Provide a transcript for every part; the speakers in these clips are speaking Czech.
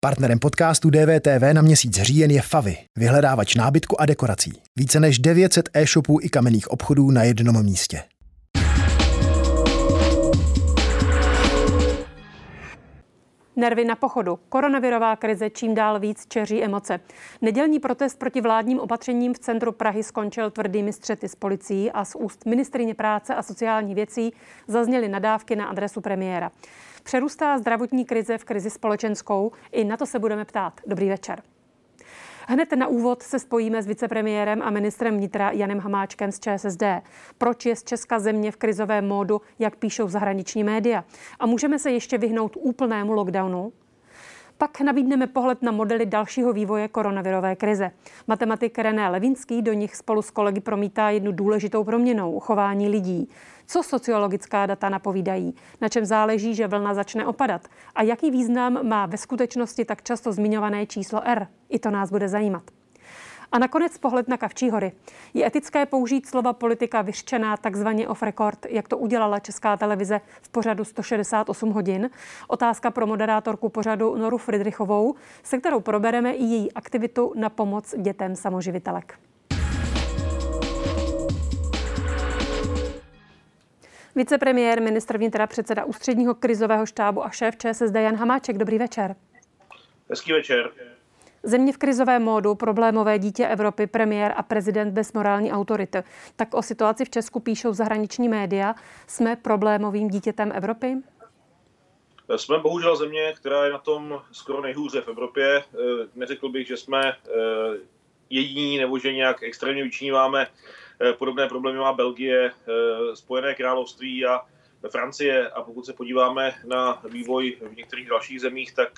Partnerem podcastu DVTV na měsíc říjen je Favy, vyhledávač nábytku a dekorací. Více než 900 e-shopů i kamenných obchodů na jednom místě. Nervy na pochodu. Koronavirová krize čím dál víc čeří emoce. Nedělní protest proti vládním opatřením v centru Prahy skončil tvrdými střety s policií a z úst ministryně práce a sociálních věcí zazněly nadávky na adresu premiéra. Přerůstá zdravotní krize v krizi společenskou? I na to se budeme ptát. Dobrý večer. Hned na úvod se spojíme s vicepremiérem a ministrem vnitra Janem Hamáčkem z ČSSD. Proč je z Česka země v krizovém módu, jak píšou zahraniční média? A můžeme se ještě vyhnout úplnému lockdownu? Pak nabídneme pohled na modely dalšího vývoje koronavirové krize. Matematik René Levínský do nich spolu s kolegy promítá jednu důležitou proměnou chování lidí. Co sociologická data napovídají? Na čem záleží, že vlna začne opadat? A jaký význam má ve skutečnosti tak často zmiňované číslo R? I to nás bude zajímat. A nakonec pohled na Kavčí hory. Je etické použít slova politika vyřčená takzvaně off record, jak to udělala Česká televize v pořadu 168 hodin? Otázka pro moderátorku pořadu Noru Fridrichovou, se kterou probereme i její aktivitu na pomoc dětem samoživitelek. Vicepremiér, ministr vnitra, předseda ústředního krizového štábu a šéf ČSSD Jan Hamáček. Dobrý večer. Hezký večer. Země v krizovém módu, problémové dítě Evropy, premiér a prezident bez morální autority. Tak o situaci v Česku píšou zahraniční média. Jsme problémovým dítětem Evropy? Jsme bohužel země, která je na tom skoro nejhůře v Evropě. Neřekl bych, že jsme jediní nebo že nějak extrémně vyčníváme. Podobné problémy má Belgie, Spojené království a Francie. A pokud se podíváme na vývoj v některých dalších zemích, tak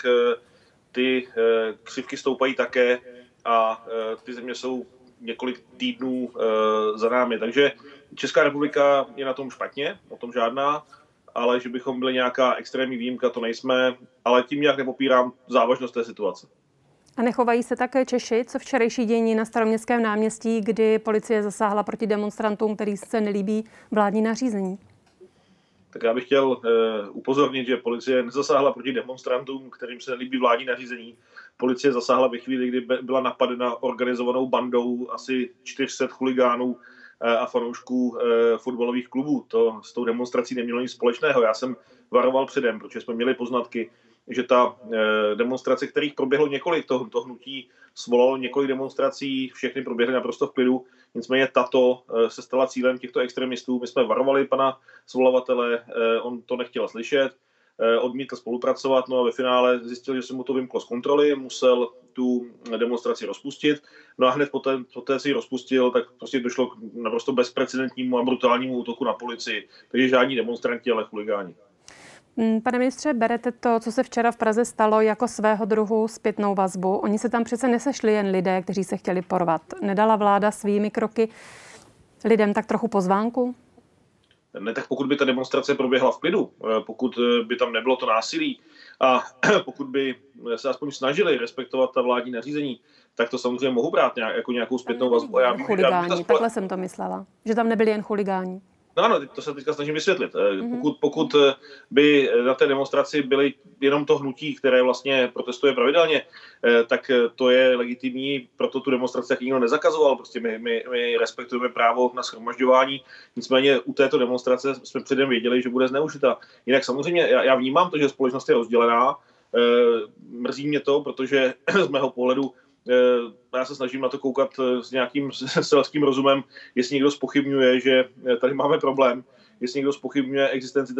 ty křivky stoupají také a ty země jsou několik týdnů za námi. Takže Česká republika je na tom špatně, o tom žádná, ale že bychom byli nějaká extrémní výjimka, to nejsme, ale tím nějak nepopírám závažnost té situace. A nechovají se také Češi, co včerejší dění na Staroměstském náměstí, kdy policie zasáhla proti demonstrantům, který se nelíbí vládní nařízení? Tak já bych chtěl upozornit, že policie nezasáhla proti demonstrantům, kterým se nelíbí vládní nařízení. Policie zasáhla ve chvíli, kdy byla napadena organizovanou bandou asi 400 chuligánů a fanoušků fotbalových klubů. To s tou demonstrací nemělo nic společného. Já jsem varoval předem, protože jsme měli poznatky, že ta demonstrace, kterých proběhlo několik, to hnutí svolalo několik demonstrací, všechny proběhly naprosto v klidu, nicméně tato se stala cílem těchto extremistů. My jsme varovali pana svolavatele, on to nechtěl slyšet, odmítl spolupracovat, no a ve finále zjistil, že se mu to vymklo z kontroly, musel tu demonstraci rozpustit, no a hned poté si ji rozpustil, tak prostě došlo k naprosto bezprecedentnímu a brutálnímu útoku na policii, takže žádní demonstranti, ale chuligáni. Pane ministře, berete to, co se včera v Praze stalo, jako svého druhu zpětnou vazbu? Oni se tam přece nesešli jen lidé, kteří se chtěli porvat. Nedala vláda svými kroky lidem tak trochu pozvánku? Ne, tak pokud by ta demonstrace proběhla v klidu, pokud by tam nebylo to násilí a pokud by se aspoň snažili respektovat ta vládní nařízení, tak to samozřejmě mohu brát jako nějakou zpětnou vazbu. Takhle jsem to myslela, že tam nebyli jen chuligáni. No ano, to se teďka snažím vysvětlit. Pokud by na té demonstraci byly jenom to hnutí, které vlastně protestuje pravidelně, tak to je legitimní, proto tu demonstraci tak nikdo nezakazoval. Prostě my respektujeme právo na shromažďování, nicméně u této demonstrace jsme předem věděli, že bude zneužita. Jinak samozřejmě já vnímám to, že společnost je rozdělená, mrzí mě to, protože z mého pohledu já se snažím na to koukat s nějakým selským rozumem, jestli někdo zpochybňuje, že tady máme problém, jestli někdo zpochybňuje existenci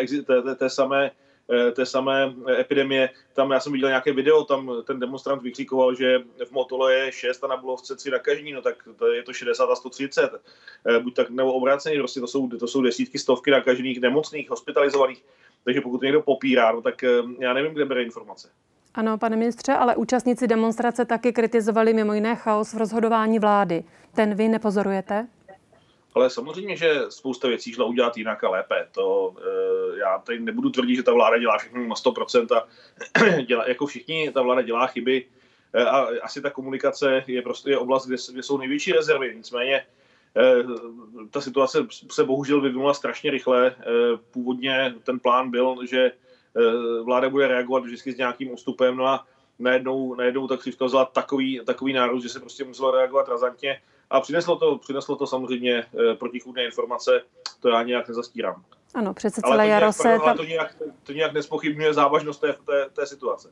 té samé epidemie. Tam já jsem viděl nějaké video, tam ten demonstrant vykřikoval, že v Motole je 6 a na Bulovce 3 nakažení, no tak je to 60 a 130. Buď tak nebo obráceně, prostě to jsou desítky, stovky nakažených, nemocných, hospitalizovaných. Takže pokud někdo popírá, no tak já nevím, kde bere informace. Ano, pane ministře, ale účastníci demonstrace taky kritizovali mimo jiné chaos v rozhodování vlády. Ten vy nepozorujete? Ale samozřejmě, že spousta věcí šla udělat jinak a lépe. To já tady nebudu tvrdit, že ta vláda dělá všechno na 100% a jako všichni ta vláda dělá chyby. A asi ta komunikace je oblast, kde jsou největší rezervy. Nicméně ta situace se bohužel vyvinula strašně rychle. Původně ten plán byl, že vláda bude reagovat vždycky s nějakým ústupem. No a najednou ta křivka vzala takový nárůst, že se prostě muselo reagovat razantně a přineslo to samozřejmě protichůdné informace, to já nějak nezastírám. Ano, přece celé jaro se... To nějak nezpochybňuje závažnost té situace.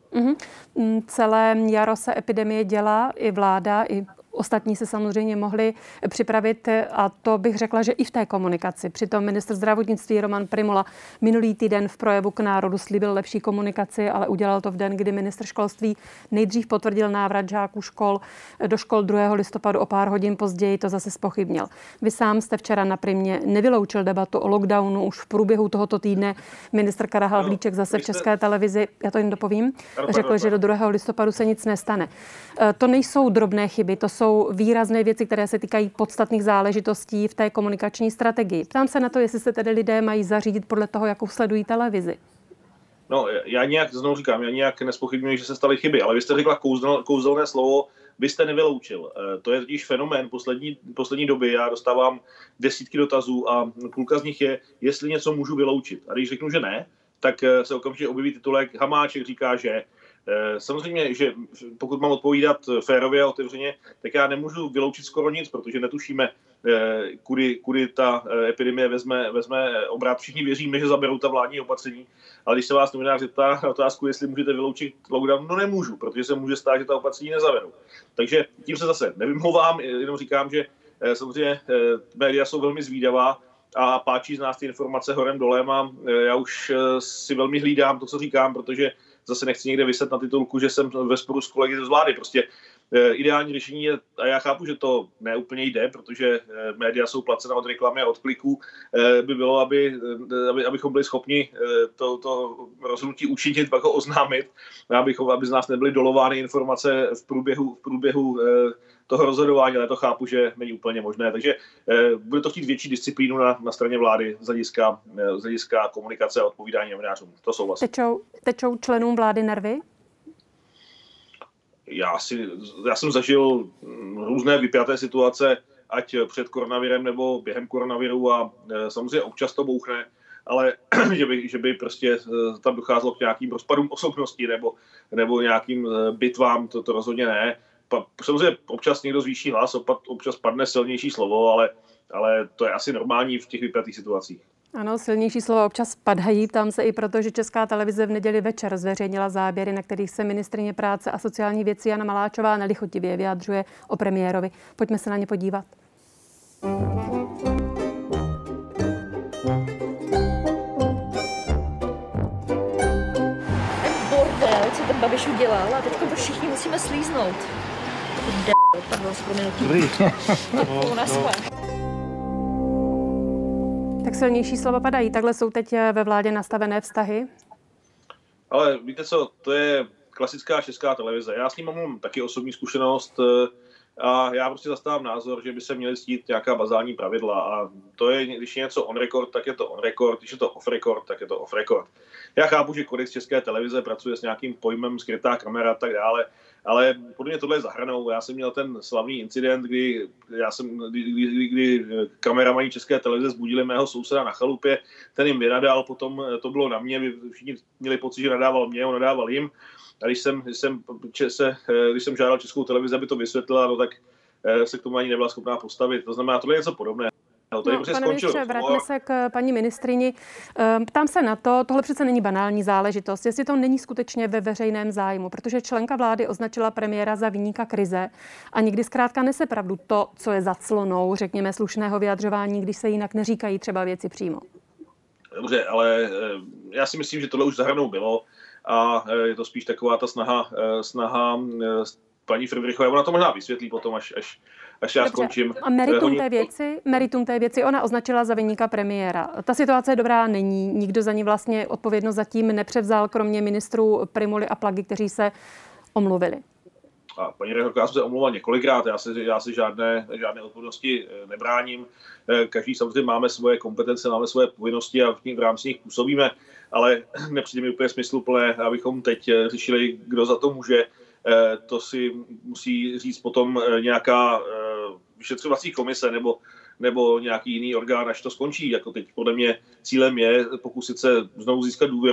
Celé jaro se epidemie dělá, i vláda, i ostatní se samozřejmě mohli připravit a to bych řekla, že i v té komunikaci. Přitom ministr zdravotnictví Roman Prymula minulý týden v projevu k národu slíbil lepší komunikaci, ale udělal to v den, kdy ministr školství nejdřív potvrdil návrat žáků do škol 2. listopadu, o pár hodin později to zase zpochybnil. Vy sám jste včera na Primě nevyloučil debatu o lockdownu už v průběhu tohoto týdne. Ministr Karel Havlíček zase v České televizi, já to jen dopovím, řekl, že do 2. listopadu se nic nestane. To nejsou drobné chyby, to jsou výrazné věci, které se týkají podstatných záležitostí v té komunikační strategii. Ptám se na to, jestli se tedy lidé mají zařídit podle toho, jakou sledují televizi. No, já nějak nespochybňuji, že se staly chyby, ale vy jste řekla kouzelné slovo, vy jste nevyloučil. To je totiž fenomén poslední doby. Já dostávám desítky dotazů a půlka z nich je, jestli něco můžu vyloučit. A když řeknu, že ne, tak se okamžitě objeví titulek Hamáček říká, že samozřejmě, že pokud mám odpovídat férově a otevřeně, tak já nemůžu vyloučit skoro nic, protože netušíme, kudy ta epidemie vezme obrat. Všichni věříme, že zaberou ta vládní opatření, ale když se vás novinář zeptá na otázku, jestli můžete vyloučit lockdown, no nemůžu, protože se může stát, že ta opatření nezaberou. Takže tím se zase nevymlouvám, jenom říkám, že samozřejmě média jsou velmi zvídavá a páčí z nás ty informace horem dolem a já už si velmi hlídám to, co říkám, protože zase nechci někde vyset na titulku, že jsem ve sporu s kolegy z vlády. Prostě ideální řešení je, a já chápu, že to neúplně jde, protože média jsou placena od reklamy a od kliků, by bylo, abychom byli schopni to rozhodnutí učinit, pak ho oznámit, aby z nás nebyly dolovány informace v průběhu toho rozhodování, ale to chápu, že není úplně možné. Takže bude to chtít větší disciplínu na straně vlády z hlediska komunikace a odpovídání novinářům. To souhlasím. Tečou členům vlády nervy? Já jsem zažil různé vypjaté situace, ať před koronavirem nebo během koronaviru a samozřejmě občas to bouchne, ale že by prostě tam docházelo k nějakým rozpadům osobnosti nebo nějakým bitvám, to rozhodně ne. Samozřejmě občas někdo zvýší hlas, občas padne silnější slovo, ale to je asi normální v těch vypjatých situacích. Ano, silnější slova občas padají. Ptám se i proto, že Česká televize v neděli večer zveřejnila záběry, na kterých se ministryně práce a sociální věcí Jana Maláčová nelichotivě vyjadřuje o premiérovi. Pojďme se na ně podívat. Bordel, co ten Babiš udělal a teď to všichni musíme slíznout. Pardon, s prominutím. Dobrý. Tak silnější slova padají. Takhle jsou teď ve vládě nastavené vztahy? Ale víte co, to je klasická Česká televize. Já s ním mám taky osobní zkušenost a já prostě zastávám názor, že by se měly ctít nějaká bazální pravidla a to je, když je něco on record, tak je to on record, když je to off record, tak je to off record. Já chápu, že kodex České televize pracuje s nějakým pojmem skrytá kamera a tak dále, ale podle mě tohle je za hranou. Já jsem měl ten slavný incident, kdy kameramani České televize zbudili mého souseda na chalupě, ten jim vynadal, potom to bylo na mě, všichni měli pocit, že nadával mě, on nadával jim. A když jsem žádal Českou televizi, aby to vysvětlila, no tak se k tomu ani nebyla schopná postavit. To znamená, tohle je něco podobné. Pane ministře, vraťme se k paní ministryni. Ptám se na to, tohle přece není banální záležitost, jestli to není skutečně ve veřejném zájmu, protože členka vlády označila premiéra za viníka krize a nikdy zkrátka nese pravdu to, co je za clonou, řekněme, slušného vyjadřování, když se jinak neříkají třeba věci přímo. Dobře, ale já si myslím, že tohle už za hranou bylo a je to spíš taková ta snaha paní Fridrichové, ona to možná vysvětlí potom, až já skončím. A meritum té věci, ona označila za viníka premiéra. Ta situace dobrá není, nikdo za ní vlastně odpovědnost zatím nepřevzal, kromě ministrů Prymuly a Plagy, kteří se omluvili. A paní redaktorka, já jsem se omlouval několikrát, já si žádné odpovědnosti nebráním. Každý samozřejmě máme svoje kompetence, máme svoje povinnosti a v rámci nich působíme, ale nepřijde mi úplně smysluplné, abychom teď řešili, kdo za to může. To si musí říct potom nějaká vyšetřovací komise nebo nějaký jiný orgán, až to skončí. Jako teď podle mě cílem je pokusit se znovu získat důvěru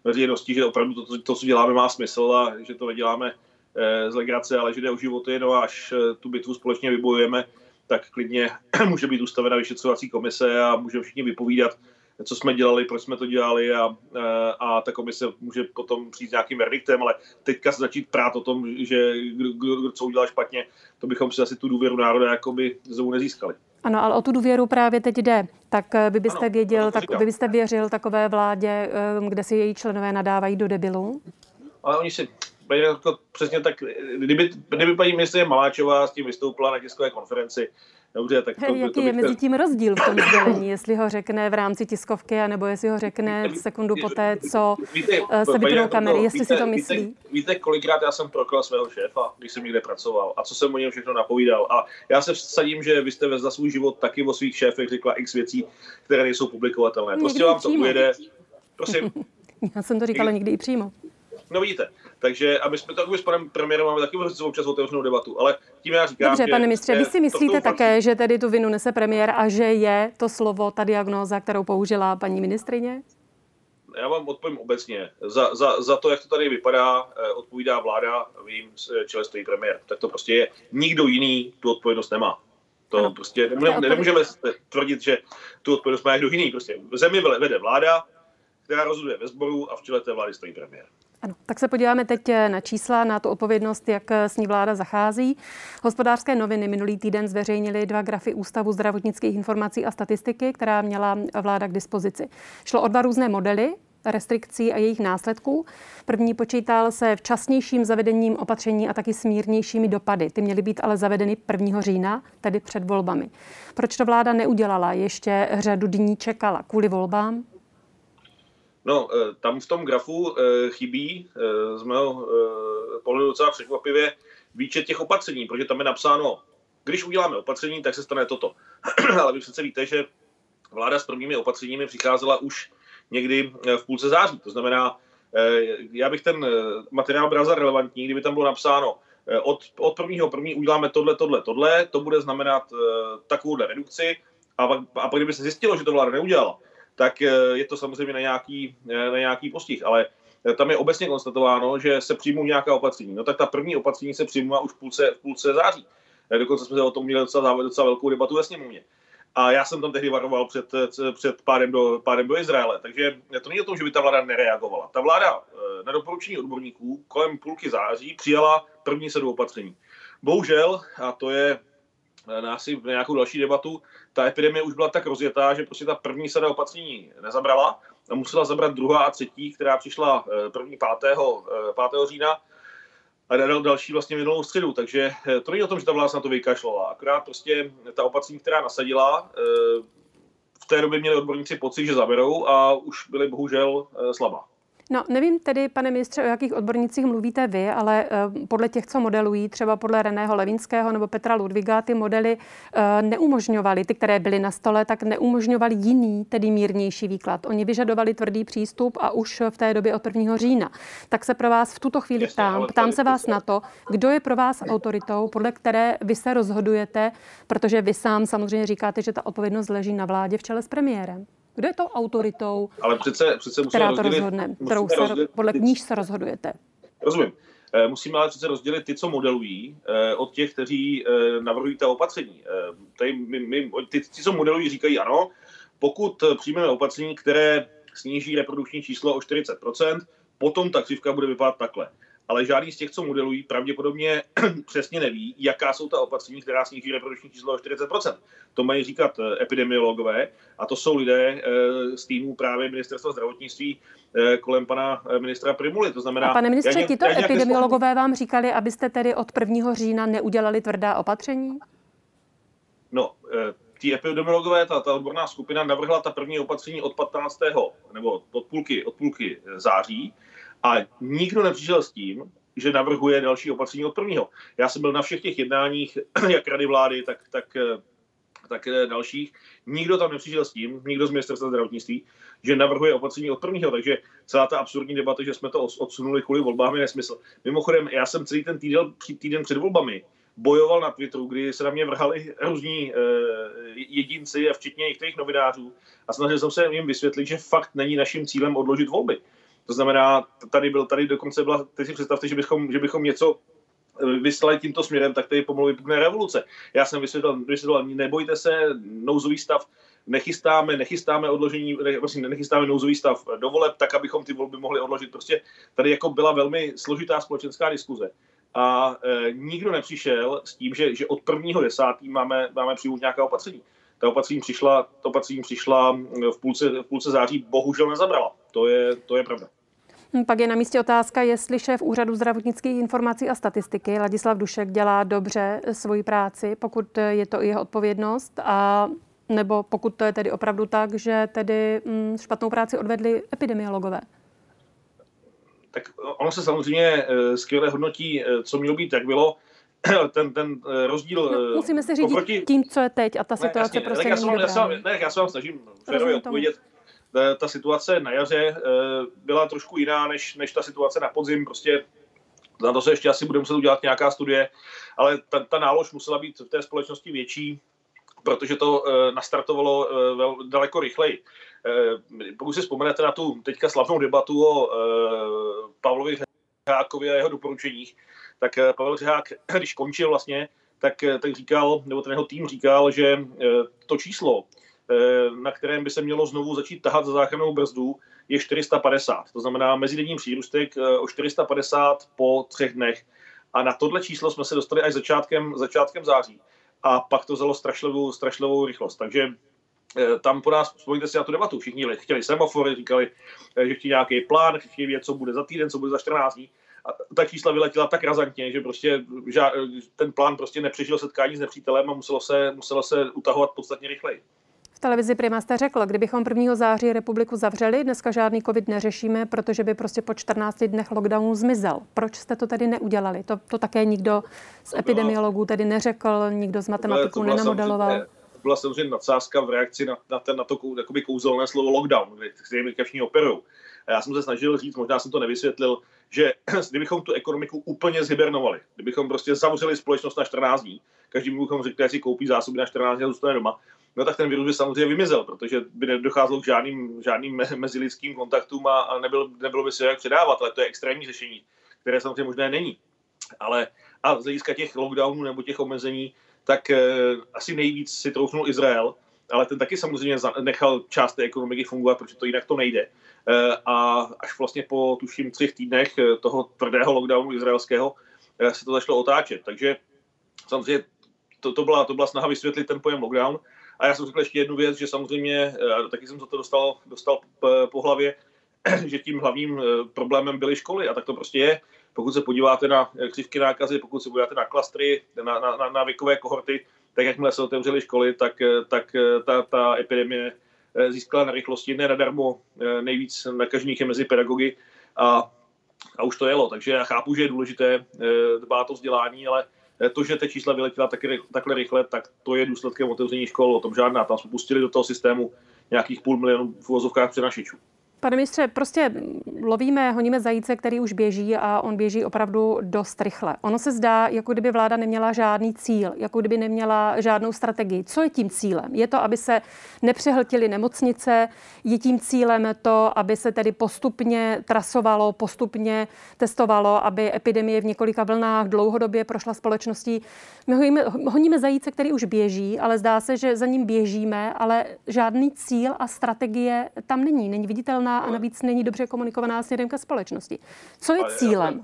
veřejnosti, že opravdu to, co děláme, má smysl a že to neděláme z legrace, ale že jde o životy, no a až tu bitvu společně vybojujeme, tak klidně může být ustavena vyšetřovací komise a můžeme všichni vypovídat, co jsme dělali, proč jsme to dělali a ta komise může potom přijít s nějakým verdiktem, ale teďka se začít prát o tom, že kdo co udělal špatně, to bychom si asi tu důvěru národa jakoby znovu nezískali. Ano, ale o tu důvěru právě teď jde. Tak vy byste věděl, vy byste věřil takové vládě, kde si její členové nadávají do debilů? Ale oni si jako přesně tak, kdyby paní ministryně Maláčová s tím vystoupila na tiskové konferenci, dobře, tak jaký je mezi tím rozdíl v tom sdělení, jestli ho řekne v rámci tiskovky, anebo jestli ho řekne sekundu poté, co se vypnou kamery, jestli si to myslí? Víte, kolikrát já jsem proklal svého šéfa, když jsem někde pracoval a co jsem o něm všechno napovídal. A já se vsadím, že vy jste za svůj život taky o svých šéfech řekla x věcí, které nejsou publikovatelné. Prostě vám to ujede. Prosím. Já jsem to říkala někdy i přímo. No vidíte, takže a my jsme takový s panem premiérem máme taky občas otevřenou debatu, ale tím já říkám, dobře, pane ministře, vy si myslíte také, že tedy tu vinu nese premiér a že je to slovo, ta diagnóza, kterou použila paní ministryně? Já vám odpovím obecně. Za to, jak to tady vypadá, odpovídá vláda, v jejím čele stojí premiér. Tak to prostě je. Nikdo jiný tu odpovědnost nemá. To ano. Prostě nemůžeme tvrdit, že tu odpovědnost má někdo jiný. Prostě v zemi vede vláda, která rozhoduje ve sboru a v čele té vlády stojí premiér. Ano, tak se podíváme teď na čísla, na tu odpovědnost, jak s ní vláda zachází. Hospodářské noviny minulý týden zveřejnily 2 grafy Ústavu zdravotnických informací a statistiky, která měla vláda k dispozici. Šlo o 2 různé modely restrikcí a jejich následků. První počítal se včasnějším zavedením opatření a taky s mírnějšími dopady. Ty měly být ale zavedeny 1. října, tedy před volbami. Proč to vláda neudělala? Ještě řadu dní čekala kvůli volbám? No, tam v tom grafu chybí z mého pohledu docela překvapivě výčet těch opatření, protože tam je napsáno, když uděláme opatření, tak se stane toto. Ale vy přece víte, že vláda s prvními opatřeními přicházela už někdy v půlce září. To znamená, já bych ten materiál bral za relevantní, kdyby tam bylo napsáno, od 1.1. uděláme tohle, to bude znamenat takovouhle redukci a pak kdyby se zjistilo, že to vláda neudělala, tak je to samozřejmě na nějaký postih, ale tam je obecně konstatováno, že se přijmou nějaká opatření. No tak ta první opatření se přijmula už v půlce září. Dokonce jsme o tom měli docela velkou debatu ve sněmovně. A já jsem tam tehdy varoval před pádem do Izraele. Takže to není o tom, že by ta vláda nereagovala. Ta vláda na doporučení odborníků kolem půlky září přijala první 7 opatření. Bohužel, a to je asi v nějakou další debatu, ta epidemie už byla tak rozjetá, že prostě ta první sada opatření nezabrala a musela zabrat 2. a 3., která přišla 5. října a další vlastně minulou středu. Takže to není o tom, že ta vláda na to vykašlala. Akorát prostě ta opatření, která nasadila, v té době měli odborníci pocit, že zaberou a už byly bohužel slabá. No, nevím tedy, pane ministře, o jakých odbornících mluvíte vy, ale podle těch, co modelují, třeba podle Reného Levínského nebo Petra Ludwiga, ty modely neumožňovaly, ty, které byly na stole, tak neumožňovaly jiný, tedy mírnější výklad. Oni vyžadovali tvrdý přístup a už v té době od 1. října. Tak se pro vás v tuto chvíli ptám se vás na to, kdo je pro vás autoritou, podle které vy se rozhodujete, protože vy sám samozřejmě říkáte, že ta odpovědnost leží na vládě v čele s premiérem. Kdo je tou autoritou, ale přece která to rozhodne, podle níž se rozhodujete? Rozumím. Musíme ale přece rozdělit ty, co modelují, od těch, kteří navrhují ta opatření. Ty, co modelují, říkají ano, pokud přijmeme opatření, které sníží reprodukční číslo o 40%, potom ta křivka bude vypadat takhle. Ale žádný z těch, co modelují, pravděpodobně přesně neví, jaká jsou ta opatření, která sníží reprodukční číslo o 40%. To mají říkat epidemiologové a to jsou lidé z týmu právě ministerstva zdravotnictví kolem pana ministra Prymuly. To znamená, a pane ministře, tito epidemiologové vám říkali, abyste tedy od 1. října neudělali tvrdá opatření? No, ti epidemiologové, ta odborná skupina navrhla ta první opatření od 15. nebo od půlky září. A nikdo nepřišel s tím, že navrhuje další opatření od 1. Já jsem byl na všech těch jednáních, jak Rady vlády, tak dalších. Nikdo tam nepřišel s tím, nikdo z ministerstva zdravotnictví, že navrhuje opatření od 1. Takže celá ta absurdní debata, že jsme to odsunuli kvůli volbám, je nesmysl. Mimochodem, já jsem celý ten týden před volbami bojoval na Twitteru, kdy se na mě vrhali různí jedinci a včetně některých novinářů a snažil jsem se jim vysvětlit, že fakt není naším cílem odložit volby. To znamená, tady dokonce byla, teď si představte, že bychom něco vyslali tímto směrem, tak tady pomalu vypukne revoluce. Já jsem vysvětloval, nebojte se, nouzový stav nechystáme odložení, nechystáme nouzový stav do voleb, tak, abychom ty volby mohli odložit. Prostě tady jako byla velmi složitá společenská diskuze. A nikdo nepřišel s tím, že od 1.10. máme přijmout nějaká opatření. Ta opatření přišla v půlce září, bohužel nezabrala. To je pravda. Pak je na místě otázka, jestli šéf Úřadu zdravotnických informací a statistiky Ladislav Dušek dělá dobře svoji práci, pokud je to i jeho odpovědnost, a nebo pokud to je tedy opravdu tak, že tedy špatnou práci odvedli epidemiologové. Tak ono se samozřejmě skvěle hodnotí, co mělo být, jak bylo. Ten rozdíl... No, musíme se řídit tím, co je teď, a ta situace prostě není dobrá. Já se vám snažím férově odpovědět. Ta situace na jaře byla trošku jiná, než ta situace na podzim. Prostě na to se ještě asi bude muset udělat nějaká studie, ale ta nálož musela být v té společnosti větší, protože to nastartovalo daleko rychleji. Pokud si vzpomenete na tu teďka slavnou debatu o Pavlovi Řehákovi a jeho doporučeních, tak Pavel Řehák, když končil vlastně, tak říkal, nebo ten jeho tým říkal, že to číslo, na kterém by se mělo znovu začít tahat za záchrannou brzdu, je 450. To znamená mezidenní přírůstek o 450 po 3 dnech. A na tohle číslo jsme se dostali až začátkem září. A pak to vzalo strašlivou rychlost. Takže tam po nás, vzpomněte si na tu debatu, všichni chtěli semafory, říkali, že chtějí nějaký plán, chtějí vědět, co bude za týden, co bude za 14 dní. A ta čísla vyletěla tak razantně, že prostě ten plán prostě nepřežil setkání s nepřítelem a muselo se utahovat podstatně rychleji. V televizi Prima jste řekl, kdybychom 1. září republiku zavřeli, dneska žádný covid neřešíme, protože by prostě po 14 dnech lockdownu zmizel. Proč jste to tedy neudělali? To také nikdo z epidemiologů tedy neřekl, nikdo z matematiků nenamodeloval. To byla samozřejmě nadsázka v reakci na to jakoby kouzelné slovo lockdown, kterým všichni operují. A já jsem se snažil říct, možná jsem to nevysvětlil, že kdybychom tu ekonomiku úplně zhibernovali, kdybychom prostě zavřeli společnost na 14 dní, každý bychom řekli, že si koupí zásoby na 14 dní a zůstane doma, no tak ten virus by samozřejmě vymizel, protože by nedocházelo k žádným mezilidským kontaktům a nebylo by se jak předávat, ale to je extrémní řešení, které samozřejmě možné není. A z hlediska těch lockdownů nebo těch omezení, tak asi nejvíc si troufnul Izrael, ale ten taky samozřejmě nechal část té ekonomiky fungovat, protože to jinak to nejde. A až vlastně po tuším 3 týdnech toho tvrdého lockdownu izraelského se to začalo otáčet. Takže samozřejmě to byla snaha vysvětlit ten pojem lockdown. A já jsem řekl ještě jednu věc, že samozřejmě, taky jsem to dostal po hlavě, že tím hlavním problémem byly školy. A tak to prostě je. Pokud se podíváte na křivky nákazy, pokud se podíváte na klastry, na věkové kohorty, tak jakmile se otevřely školy, tak ta epidemie získala na rychlosti. Ne nadarmo nejvíc nakažených je mezi pedagogy a už to jelo. Takže já chápu, že je důležité dbát o vzdělání, ale to, že ta čísla vyletěla takhle rychle, tak to je důsledkem otevření škol, o tom žádná. Tam jsme pustili do toho systému nějakých 500 000 v uvozovkách přenašečů. Pane ministře, prostě honíme zajíce, který už běží a on běží opravdu dost rychle. Ono se zdá, jako kdyby vláda neměla žádný cíl, jako kdyby neměla žádnou strategii. Co je tím cílem? Je to, aby se nepřehltily nemocnice? Je tím cílem to, aby se tedy postupně trasovalo, postupně testovalo, aby epidemie v několika vlnách dlouhodobě prošla společností? My honíme zajíce, který už běží, ale zdá se, že za ním běžíme, ale žádný cíl a strategie tam není viditelná a navíc není dobře komunikovaná směrem ke společnosti. Co je cílem?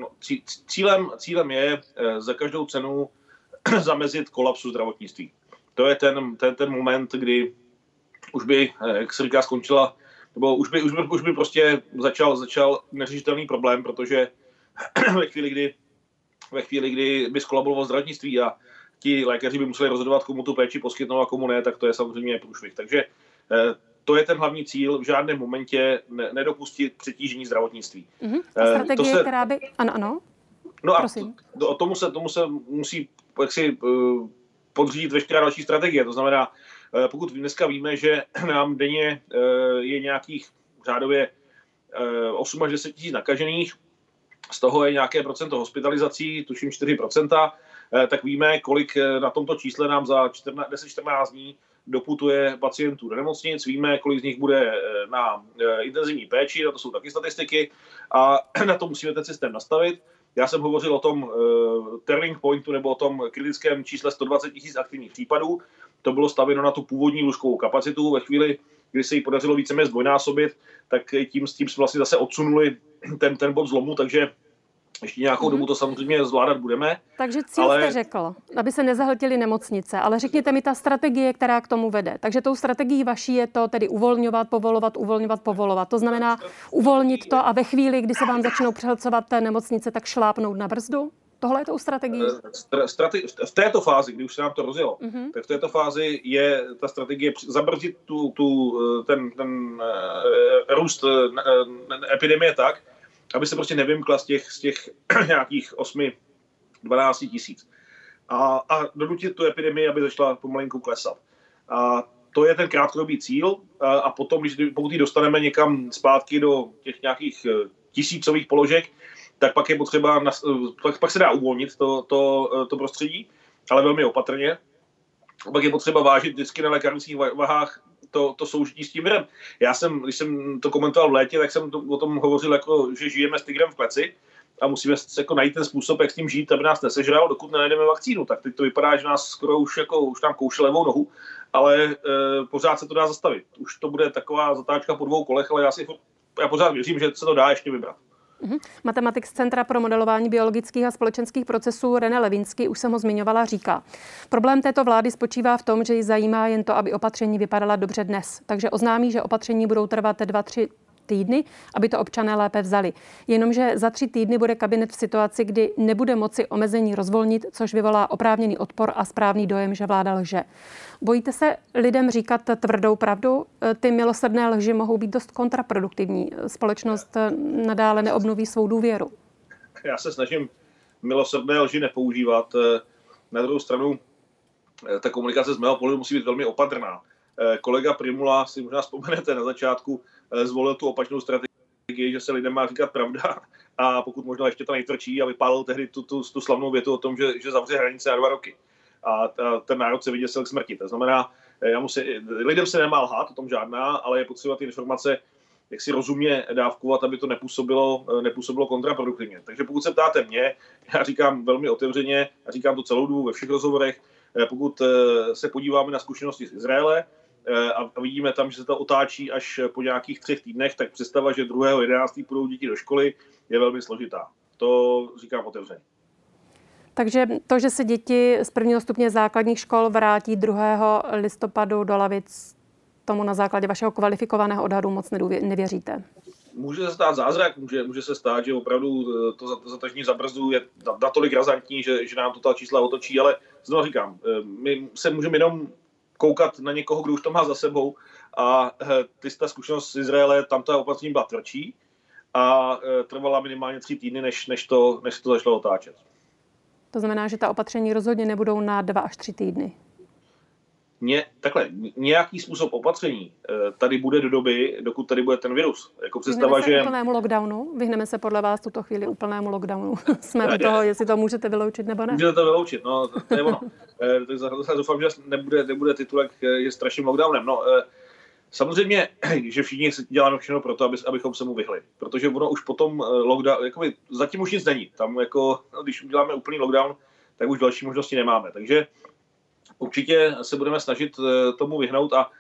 Cílem je za každou cenu zamezit kolapsu zdravotnictví. To je ten moment, kdy už by, jak se říká, skončila, nebo už by prostě začal neřešitelný problém, protože ve chvíli, kdy by skolabovalo zdravotnictví a ti lékaři by museli rozhodovat, komu tu péči poskytnout a komu ne, tak to je samozřejmě průšvih. Takže to je ten hlavní cíl, v žádném momentě nedopustit přetížení zdravotnictví. A strategie, která by... Ano. No a tomu se musí jaksi podřídit veškerá další strategie. To znamená, pokud dneska víme, že nám denně je nějakých řádově 8 až 10 tisíc nakažených, z toho je nějaké procento hospitalizací, tuším 4%, tak víme, kolik na tomto čísle nám za 10-14 dní doputuje pacientů do nemocnic, víme, kolik z nich bude na intenzivní péči, na to jsou taky statistiky a na to musíme ten systém nastavit. Já jsem hovořil o tom turning pointu nebo o tom kritickém čísle 120 000 aktivních případů. To bylo stavěno na tu původní lůžkovou kapacitu. Ve chvíli, kdy se jí podařilo víceméně zdvojnásobit, tak tím jsme vlastně zase odsunuli ten bod zlomu, takže ještě nějakou dobu to samozřejmě zvládat budeme. Takže cíl jste řekl, aby se nezahltily nemocnice, ale řekněte mi ta strategie, která k tomu vede. Takže tou strategií vaší je to tedy uvolňovat, povolovat. To znamená uvolnit to a ve chvíli, kdy se vám začnou přehlcovat té nemocnice, tak šlápnout na brzdu? Tohle je tou strategií? V této fázi, kdy už se nám to rozjelo, tak v této fázi je ta strategie zabrzdit ten růst epidemie tak, aby se prostě nevymkla z těch nějakých 8-12 tisíc. A donutit tu epidemii, aby začala pomalinku klesat. A to je ten krátkodobý cíl. A potom, pokud ji dostaneme někam zpátky do těch nějakých tisícových položek, tak pak je potřeba, pak se dá uvolnit to prostředí, ale velmi opatrně. Pak je potřeba vážit vždycky na lékárnických vahách to soužití s tím virem. Když jsem to komentoval v létě, tak jsem o tom hovořil, jako, že žijeme s tigrem v kleci a musíme jako najít ten způsob, jak s tím žít, aby nás nesežral, dokud nenajdeme vakcínu. Tak teď to vypadá, že nás skoro už nám kouše levou nohu, ale pořád se to dá zastavit. Už to bude taková zatáčka po 2 kolech, ale já pořád věřím, že se to dá ještě vybrat. Matematik z Centra pro modelování biologických a společenských procesů René Levinsky, už jsem ho zmiňovala, říká: problém této vlády spočívá v tom, že ji zajímá jen to, aby opatření vypadala dobře dnes. Takže oznámí, že opatření budou trvat 2-3 týdny, aby to občané lépe vzali. Jenomže za 3 týdny bude kabinet v situaci, kdy nebude moci omezení rozvolnit, což vyvolá oprávněný odpor a správný dojem, že vláda lže. Bojíte se lidem říkat tvrdou pravdu? Ty milosrdné lži mohou být dost kontraproduktivní. Společnost nadále neobnoví svou důvěru. Já se snažím milosrdné lži nepoužívat. Na druhou stranu ta komunikace z mého pohledu musí být velmi opatrná. Kolega Prymula, si možná vzpomenete, na začátku zvolil tu opačnou strategii, že se lidem má říkat pravda a pokud možná ještě ta nejtvrdší, a vypálil tehdy tu slavnou větu o tom, že zavře hranice na 2 roky. A ten národ se vyděsil k smrti. To znamená, lidem se nemá lhát, o tom žádná, ale je potřeba ty informace jak si rozumně dávkovat, aby to nepůsobilo kontraproduktivně. Takže pokud se ptáte mě, já říkám velmi otevřeně, já říkám to celou dobu ve všech rozhovorech, pokud se podíváme na zkušenosti z Izraele a vidíme tam, že se to otáčí až po nějakých 3 týdnech, tak představa, že 2.11. půjdou děti do školy, je velmi složitá. To říkám otevřeně. Takže to, že se děti z 1. stupně základních škol vrátí 2. listopadu do lavic, tomu na základě vašeho kvalifikovaného odhadu moc nevěříte? Může se stát zázrak, může se stát, že opravdu to zatažení za brzdu je natolik razantní, že nám to ta čísla otočí, ale znovu říkám, my se můžeme jenom koukat na někoho, kdo už to má za sebou a ta zkušenost z Izraele, tam ta opatření byla tvrdší a trvala minimálně 3 týdny, než to začalo otáčet. To znamená, že ta opatření rozhodně nebudou na 2 až 3 týdny. Nějaký způsob opatření tady bude do doby, dokud tady bude ten virus. Jako představa, že úplnému lockdownu? Vyhneme se podle vás tuto chvíli úplnému lockdownu? Jsme u toho, jestli to můžete vyloučit nebo ne? Můžete to vyloučit, no, to je ono. Tak doufám, že nebude titulek, že strašným lockdownem. No, samozřejmě, že všichni děláme všechno pro to, abychom se mu vyhli. Protože ono už potom lockdown, jakoby, zatím už nic není. Tam jako, když uděláme úplný lockdown, tak už další možnosti nemáme. Takže určitě se budeme snažit tomu vyhnout a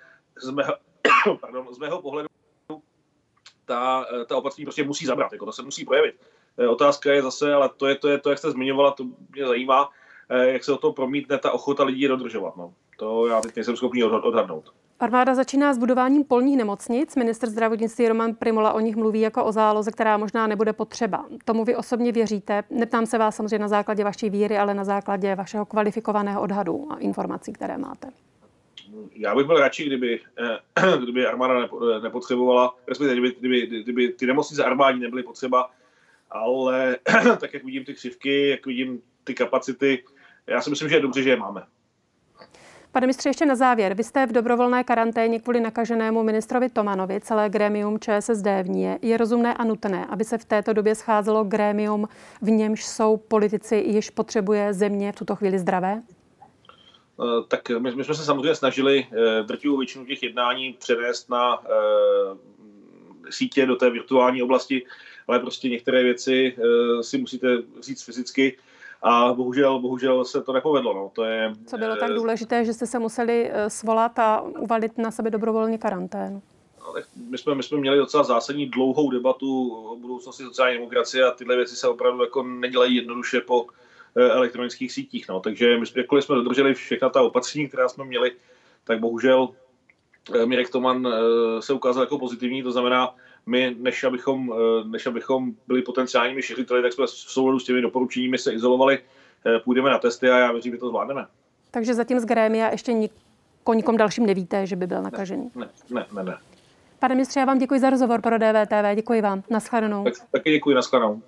z mého pohledu ta opatření prostě musí zabrat, jako to se musí projevit. Otázka je zase, ale to je to, jak jste zmiňovala, to mě zajímá, jak se o to promítne ta ochota lidí dodržovat. No. To já teď nejsem schopný odhadnout. Armáda začíná s budováním polních nemocnic. Ministr zdravotnictví Roman Prymula o nich mluví jako o záloze, která možná nebude potřeba. Tomu vy osobně věříte? Neptám se vás samozřejmě na základě vaší víry, ale na základě vašeho kvalifikovaného odhadu a informací, které máte. Já bych byl radši, kdyby armáda nepotřebovala, respektive kdyby ty nemocnice armádní nebyly potřeba, ale tak, jak vidím ty křivky, jak vidím ty kapacity, já si myslím, že je dobře, že je máme. Pane ministře, ještě na závěr. Vy jste v dobrovolné karanténě kvůli nakaženému ministrovi Tomanovi, celé grémium ČSSD v ní. Je rozumné a nutné, aby se v této době scházelo grémium, v němž jsou politici, již potřebuje země v tuto chvíli zdravé? Tak my jsme se samozřejmě snažili drtivou většinu těch jednání přenést na sítě do té virtuální oblasti, ale prostě některé věci si musíte říct fyzicky a bohužel se to nepovedlo. No. Co bylo tak důležité, že jste se museli svolat a uvalit na sebe dobrovolně karanténu? My jsme měli docela zásadní dlouhou debatu o budoucnosti sociální demokracie a tyhle věci se opravdu jako nedělají jednoduše po elektronických sítích. No. Takže jakkoliv jsme dodrželi všechna ta opatření, která jsme měli, tak bohužel Mirek Toman se ukázal jako pozitivní, to znamená, my, než abychom byli potenciálními šiřiteli, tak jsme v souladu s těmi doporučeními se izolovali, půjdeme na testy a já věřím, že to zvládneme. Takže zatím z grémia ještě nikom dalším nevíte, že by byl nakažený? Ne. Pane ministře, já vám děkuji za rozhovor pro DVTV, děkuji vám. Naschledanou. Taky děkuji, naschledanou.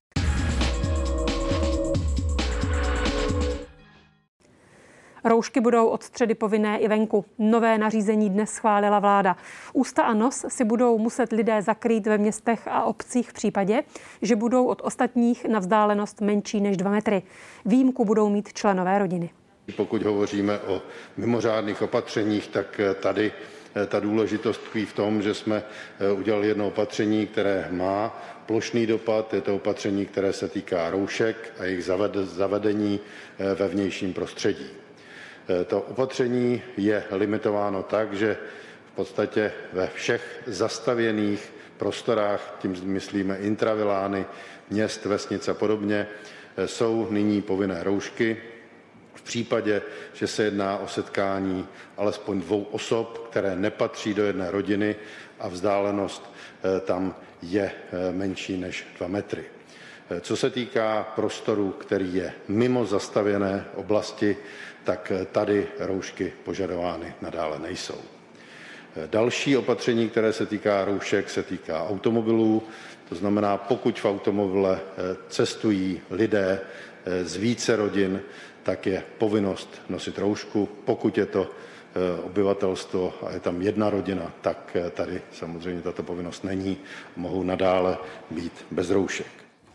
Roušky budou od středy povinné i venku. Nové nařízení dnes schválila vláda. Ústa a nos si budou muset lidé zakrýt ve městech a obcích v případě, že budou od ostatních na vzdálenost menší než 2 metry. Výjimku budou mít členové rodiny. Pokud hovoříme o mimořádných opatřeních, tak tady ta důležitost tkví v tom, že jsme udělali jedno opatření, které má plošný dopad. Je to opatření, které se týká roušek a jejich zavedení ve vnějším prostředí. To opatření je limitováno tak, že v podstatě ve všech zastavěných prostorách, tím myslíme intravilány, měst, vesnic a podobně, jsou nyní povinné roušky. V případě, že se jedná o setkání alespoň 2 osob, které nepatří do jedné rodiny a vzdálenost tam je menší než 2 metry. Co se týká prostoru, který je mimo zastavěné oblasti, tak tady roušky požadovány nadále nejsou. Další opatření, které se týká roušek, se týká automobilů. To znamená, pokud v automobile cestují lidé z více rodin, tak je povinnost nosit roušku. Pokud je to obyvatelstvo a je tam jedna rodina, tak tady samozřejmě tato povinnost není. Mohou nadále být bez roušek.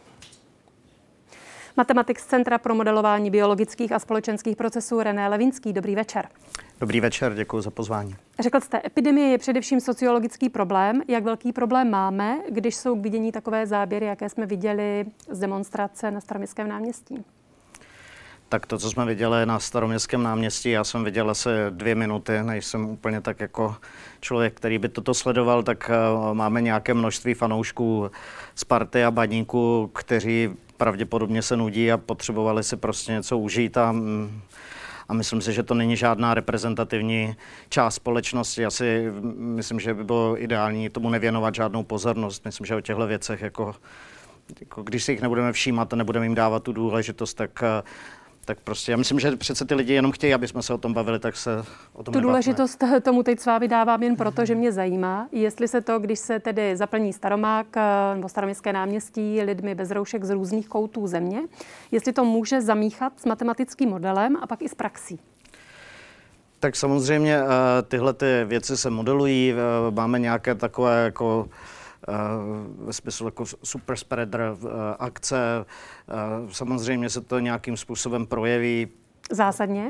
Matematik z Centra pro modelování biologických a společenských procesů René Levínský. Dobrý večer. Dobrý večer, děkuji za pozvání. Řekl jste, epidemie je především sociologický problém. Jak velký problém máme, když jsou k vidění takové záběry, jaké jsme viděli z demonstrace na Staroměstském náměstí? Tak to, co jsme viděli na Staroměstském náměstí, já jsem viděl asi 2 minuty, nejsem úplně tak jako člověk, který by toto sledoval, tak máme nějaké množství fanoušků Sparty a Baníku, kteří pravděpodobně se nudí a potřebovali si prostě něco užít a myslím si, že to není žádná reprezentativní část společnosti. Já si myslím, že by bylo ideální tomu nevěnovat žádnou pozornost. Myslím, že o těchto věcech, jako když si jich nebudeme všímat a nebudeme jim dávat tu důležitost, tak prostě já myslím, že přece ty lidi jenom chtějí, aby jsme se o tom bavili, tak se o tom Tu nebavme. důležitost tomu teď s vámi dávám jen proto, že mě zajímá, jestli se to, když se tedy zaplní Staromák nebo Staroměstské náměstí lidmi bez roušek z různých koutů země, jestli to může zamíchat s matematickým modelem a pak i s praxí. Tak samozřejmě tyhle ty věci se modelují, máme nějaké takové jako ve smyslu jako super spreader akce. Samozřejmě se to nějakým způsobem projeví. Zásadně?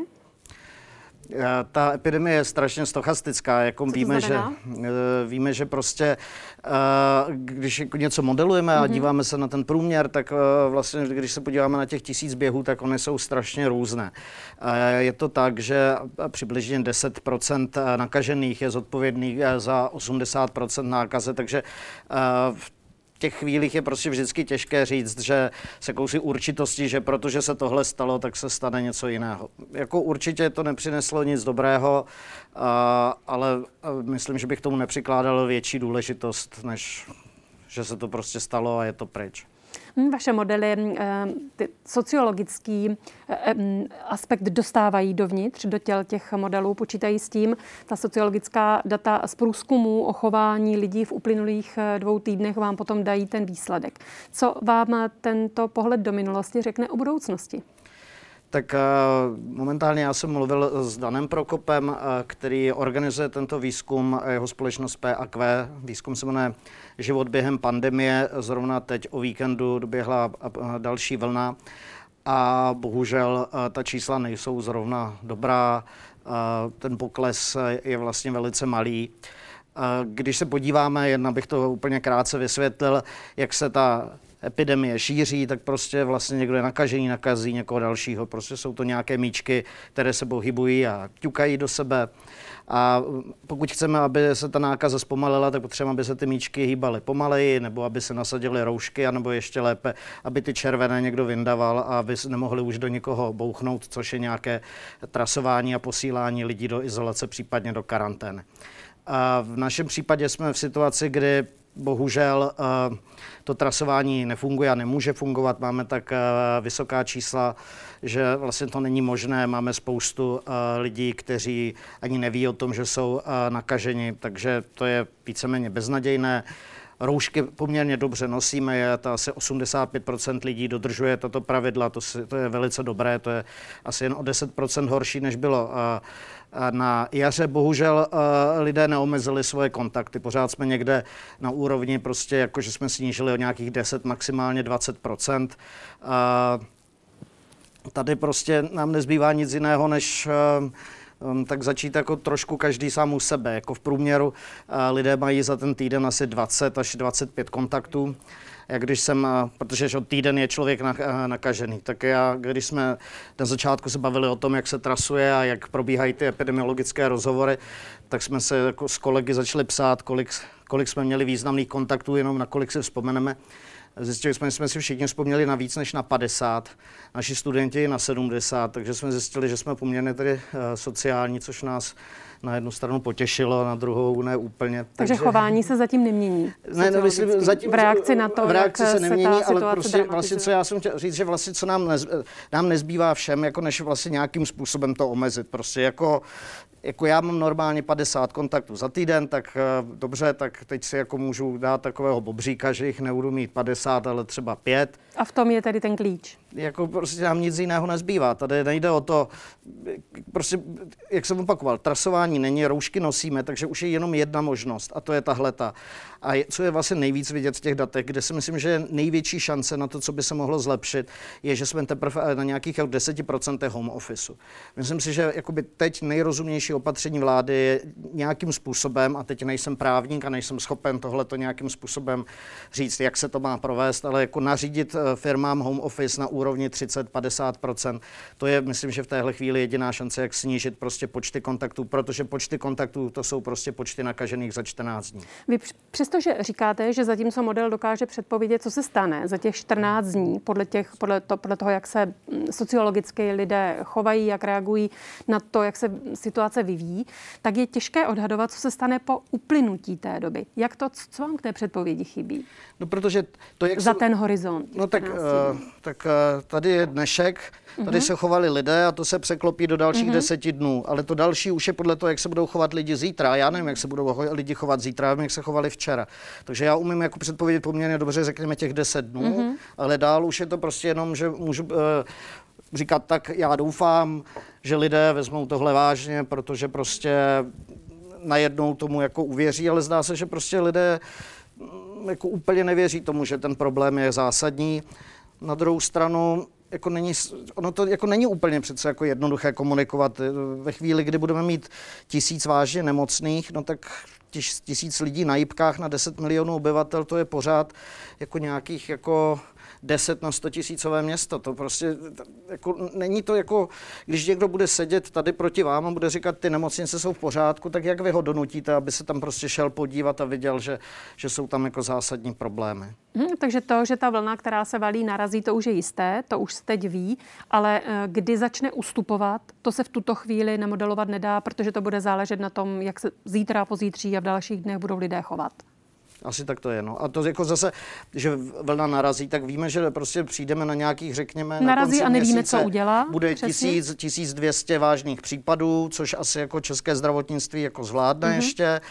Ta epidemie je strašně stochastická. Jako víme, že prostě, když něco modelujeme a díváme se na ten průměr, tak vlastně, když se podíváme na těch 1000 běhů, tak ony jsou strašně různé. Je to tak, že přibližně 10% nakažených je zodpovědných za 80% nákaze, takže v těch chvílích je prostě vždycky těžké říct, že se kousí určitosti, že protože se tohle stalo, tak se stane něco jiného. Jako určitě to nepřineslo nic dobrého, ale myslím, že bych tomu nepřikládal větší důležitost, než že se to prostě stalo a je to pryč. Vaše modely sociologický aspekt dostávají dovnitř, do těl těch modelů, počítají s tím. Ta sociologická data z průzkumu o chování lidí v uplynulých 2 týdnech vám potom dají ten výsledek. Co vám tento pohled do minulosti řekne o budoucnosti? Tak momentálně já jsem mluvil s Danem Prokopem, který organizuje tento výzkum, jeho společnost P&Q. Výzkum se jmenuje Život během pandemie. Zrovna teď o víkendu doběhla další vlna. a bohužel ta čísla nejsou zrovna dobrá. Ten pokles je vlastně velice malý. Když se podíváme, jen abych to úplně krátce vysvětlil, jak se ta epidemie šíří, tak prostě vlastně někdo je nakažený, nakazí někoho dalšího. Prostě jsou to nějaké míčky, které se pohybují a ťukají do sebe. A pokud chceme, aby se ta nákaza zpomalila, tak potřebujeme, aby se ty míčky hýbaly pomaleji, nebo aby se nasadily roušky, anebo ještě lépe, aby ty červené někdo vyndaval a aby nemohli už do někoho bouchnout, což je nějaké trasování a posílání lidí do izolace, případně do karantény. A v našem případě jsme v situaci, kdy bohužel to trasování nefunguje a nemůže fungovat. Máme tak vysoká čísla, že vlastně to není možné. Máme spoustu lidí, kteří ani neví o tom, že jsou nakaženi, takže to je víceméně beznadějné. Roušky poměrně dobře nosíme, to asi 85% lidí dodržuje tato pravidla, to je velice dobré, to je asi jen o 10% horší, než bylo na jaře. Bohužel lidé neomezili svoje kontakty, pořád jsme někde na úrovni, prostě jako, že jsme snížili o nějakých 10, maximálně 20%. Tady prostě nám nezbývá nic jiného, než tak začít jako trošku každý sám u sebe. Jako v průměru lidé mají za ten týden asi 20 až 25 kontaktů. Protože týden je člověk nakažený, tak když jsme na začátku se bavili o tom, jak se trasuje a jak probíhají ty epidemiologické rozhovory, tak jsme se jako s kolegy začali psát, kolik jsme měli významných kontaktů, jenom na kolik si vzpomeneme. Zjistili jsme si všichni vzpomněli na víc než na 50, naši studenti na 70, takže jsme zjistili, že jsme poměrně tedy sociální, což nás na jednu stranu potěšilo, na druhou ne úplně. Takže chování se zatím nemění. Ne, myslím, zatím v reakci na to, v reakci jak se nemění, ale prostě vlastně, co já jsem chtěl říct, že vlastně co nám nezbývá všem, jako než vlastně nějakým způsobem to omezit. Prostě jako já mám normálně 50 kontaktů za týden, tak dobře, tak teď si jako můžu dát takového bobříka, že jich nebudu mít 50, ale třeba 5. A v tom je tedy ten klíč. Jako prostě nám nic jiného nezbývá. Tady nejde o to, prostě, jak jsem opakoval, trasování není, roušky nosíme, takže už je jenom jedna možnost a to je tahleta. A co je vlastně nejvíc vidět v těch datech, kde si myslím, že je největší šance na to, co by se mohlo zlepšit, je, že jsme teprve na nějakých 10% home officeu. Myslím si, že jakoby teď nejrozumnější opatření vlády je nějakým způsobem, a teď nejsem právník a nejsem schopen tohleto nějakým způsobem říct, jak se to má provést, ale jako nařídit firmám home office na úrovni 30-50%, to je, myslím, že v téhle chvíli jediná šance, jak snížit prostě počty kontaktů, protože počty kontaktů to jsou prostě počty nakažených za 14 dní. Vy přestože říkáte, že zatímco model dokáže předpovědět, co se stane za těch 14 dní, podle toho, jak se sociologicky lidé chovají, jak reagují na to, jak se situace vyvíjí, tak je těžké odhadovat, co se stane po uplynutí té doby. Co vám k té předpovědi chybí? No, protože to, jak za ten horizont. No tak tady je dnešek, tady se chovali lidé a to se překlopí do dalších 10 dnů, ale to další už je podle toho, jak se budou chovat lidi zítra. Já nevím, jak se budou lidi chovat zítra, já vím, jak se chovali včera. Takže já umím jako předpovědět poměrně dobře, řekněme těch 10 dnů, ale dál už je to prostě jenom, že můžu říkat tak, já doufám, že lidé vezmou tohle vážně, protože prostě najednou tomu jako uvěří, ale zdá se, že prostě lidé jako úplně nevěří tomu, že ten problém je zásadní. Na druhou stranu ono to jako není úplně přece jako jednoduché komunikovat. Ve chvíli, kdy budeme mít 1000 vážně nemocných, no tak 1000 lidí na jipkách na 10 milionů obyvatel, to je pořád jako nějakých jako 10 na 100 tisícové město. To prostě jako, není to jako, když někdo bude sedět tady proti vám a bude říkat, ty nemocnice jsou v pořádku, tak jak vy ho donutíte, aby se tam prostě šel podívat a viděl, že jsou tam jako zásadní problémy. Takže to, že ta vlna, která se valí, narazí, to už je jisté, to už se teď ví, ale kdy začne ustupovat, to se v tuto chvíli namodelovat nedá, protože to bude záležet na tom, jak se zítra, pozítří a v dalších dnech budou lidé chovat. Asi tak to je, no. A to jako zase, že vlna narazí, tak víme, že prostě přijdeme na nějakých, řekněme, narazí a nevíme, měsíce, co udělá. Bude 1200 vážných případů, což asi jako české zdravotnictví jako zvládne ještě.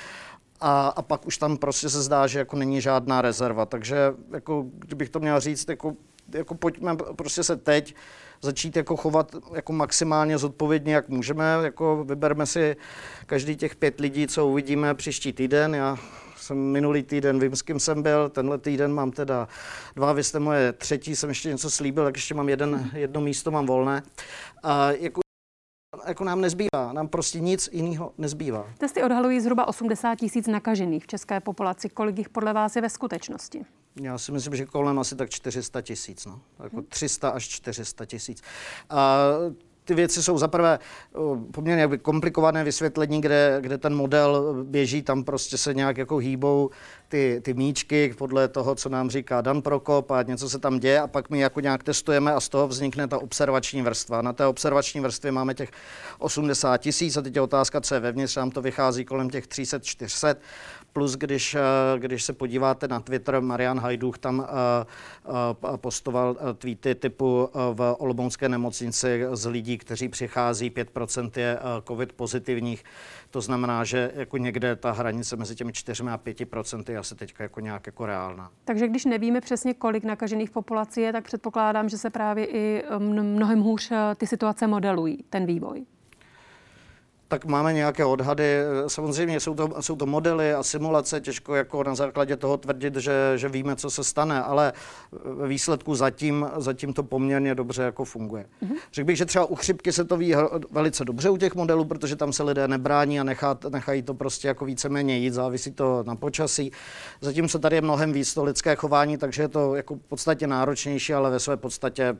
A pak už tam prostě se zdá, že jako není žádná rezerva. Takže jako, kdybych to měl říct, jako pojďme prostě se teď začít jako chovat jako maximálně zodpovědně, jak můžeme. Jako vyberme si každý těch 5 lidí, co uvidíme příští týden. Já minulý týden, vím, s kým jsem byl, tenhle týden mám teda 2, vy jste moje 3, jsem ještě něco slíbil, tak ještě mám jedno místo mám volné. A jako nám nezbývá, nám prostě nic jiného nezbývá. Testy odhalují zhruba 80 000 nakažených v české populaci. Kolik jich podle vás je ve skutečnosti? Já si myslím, že kolem asi tak 400 000, no. Jako 300 až 400 000. A ty věci jsou zaprvé poměrně komplikované vysvětlení, kde ten model běží, tam prostě se nějak jako hýbou ty míčky podle toho, co nám říká Dan Prokop a něco se tam děje a pak my jako nějak testujeme a z toho vznikne ta observační vrstva. Na té observační vrstvě máme těch 80 000 a teď je otázka, co je vevnitř, nám to vychází kolem těch 300-400. Plus, když se podíváte na Twitter, Marian Hajdúch tam postoval tweety typu v olomoucké nemocnici z lidí, kteří přichází, 5% je covid pozitivních. To znamená, že jako někde ta hranice mezi těmi 4 a 5% je asi teď jako nějak jako reálná. Takže když nevíme přesně, kolik nakažených v populaci je, tak předpokládám, že se právě i mnohem hůř ty situace modelují, ten vývoj. Tak máme nějaké odhady. Samozřejmě jsou to modely a simulace, těžko jako na základě toho tvrdit, že víme, co se stane, ale ve výsledku zatím to poměrně dobře jako funguje. Řekl bych, že třeba u chřipky se to ví velice dobře u těch modelů, protože tam se lidé nebrání a nechají to prostě jako víceméně jít, závisí to na počasí. Zatímco tady je mnohem víc to lidské chování, takže je to jako v podstatě náročnější, ale ve své podstatě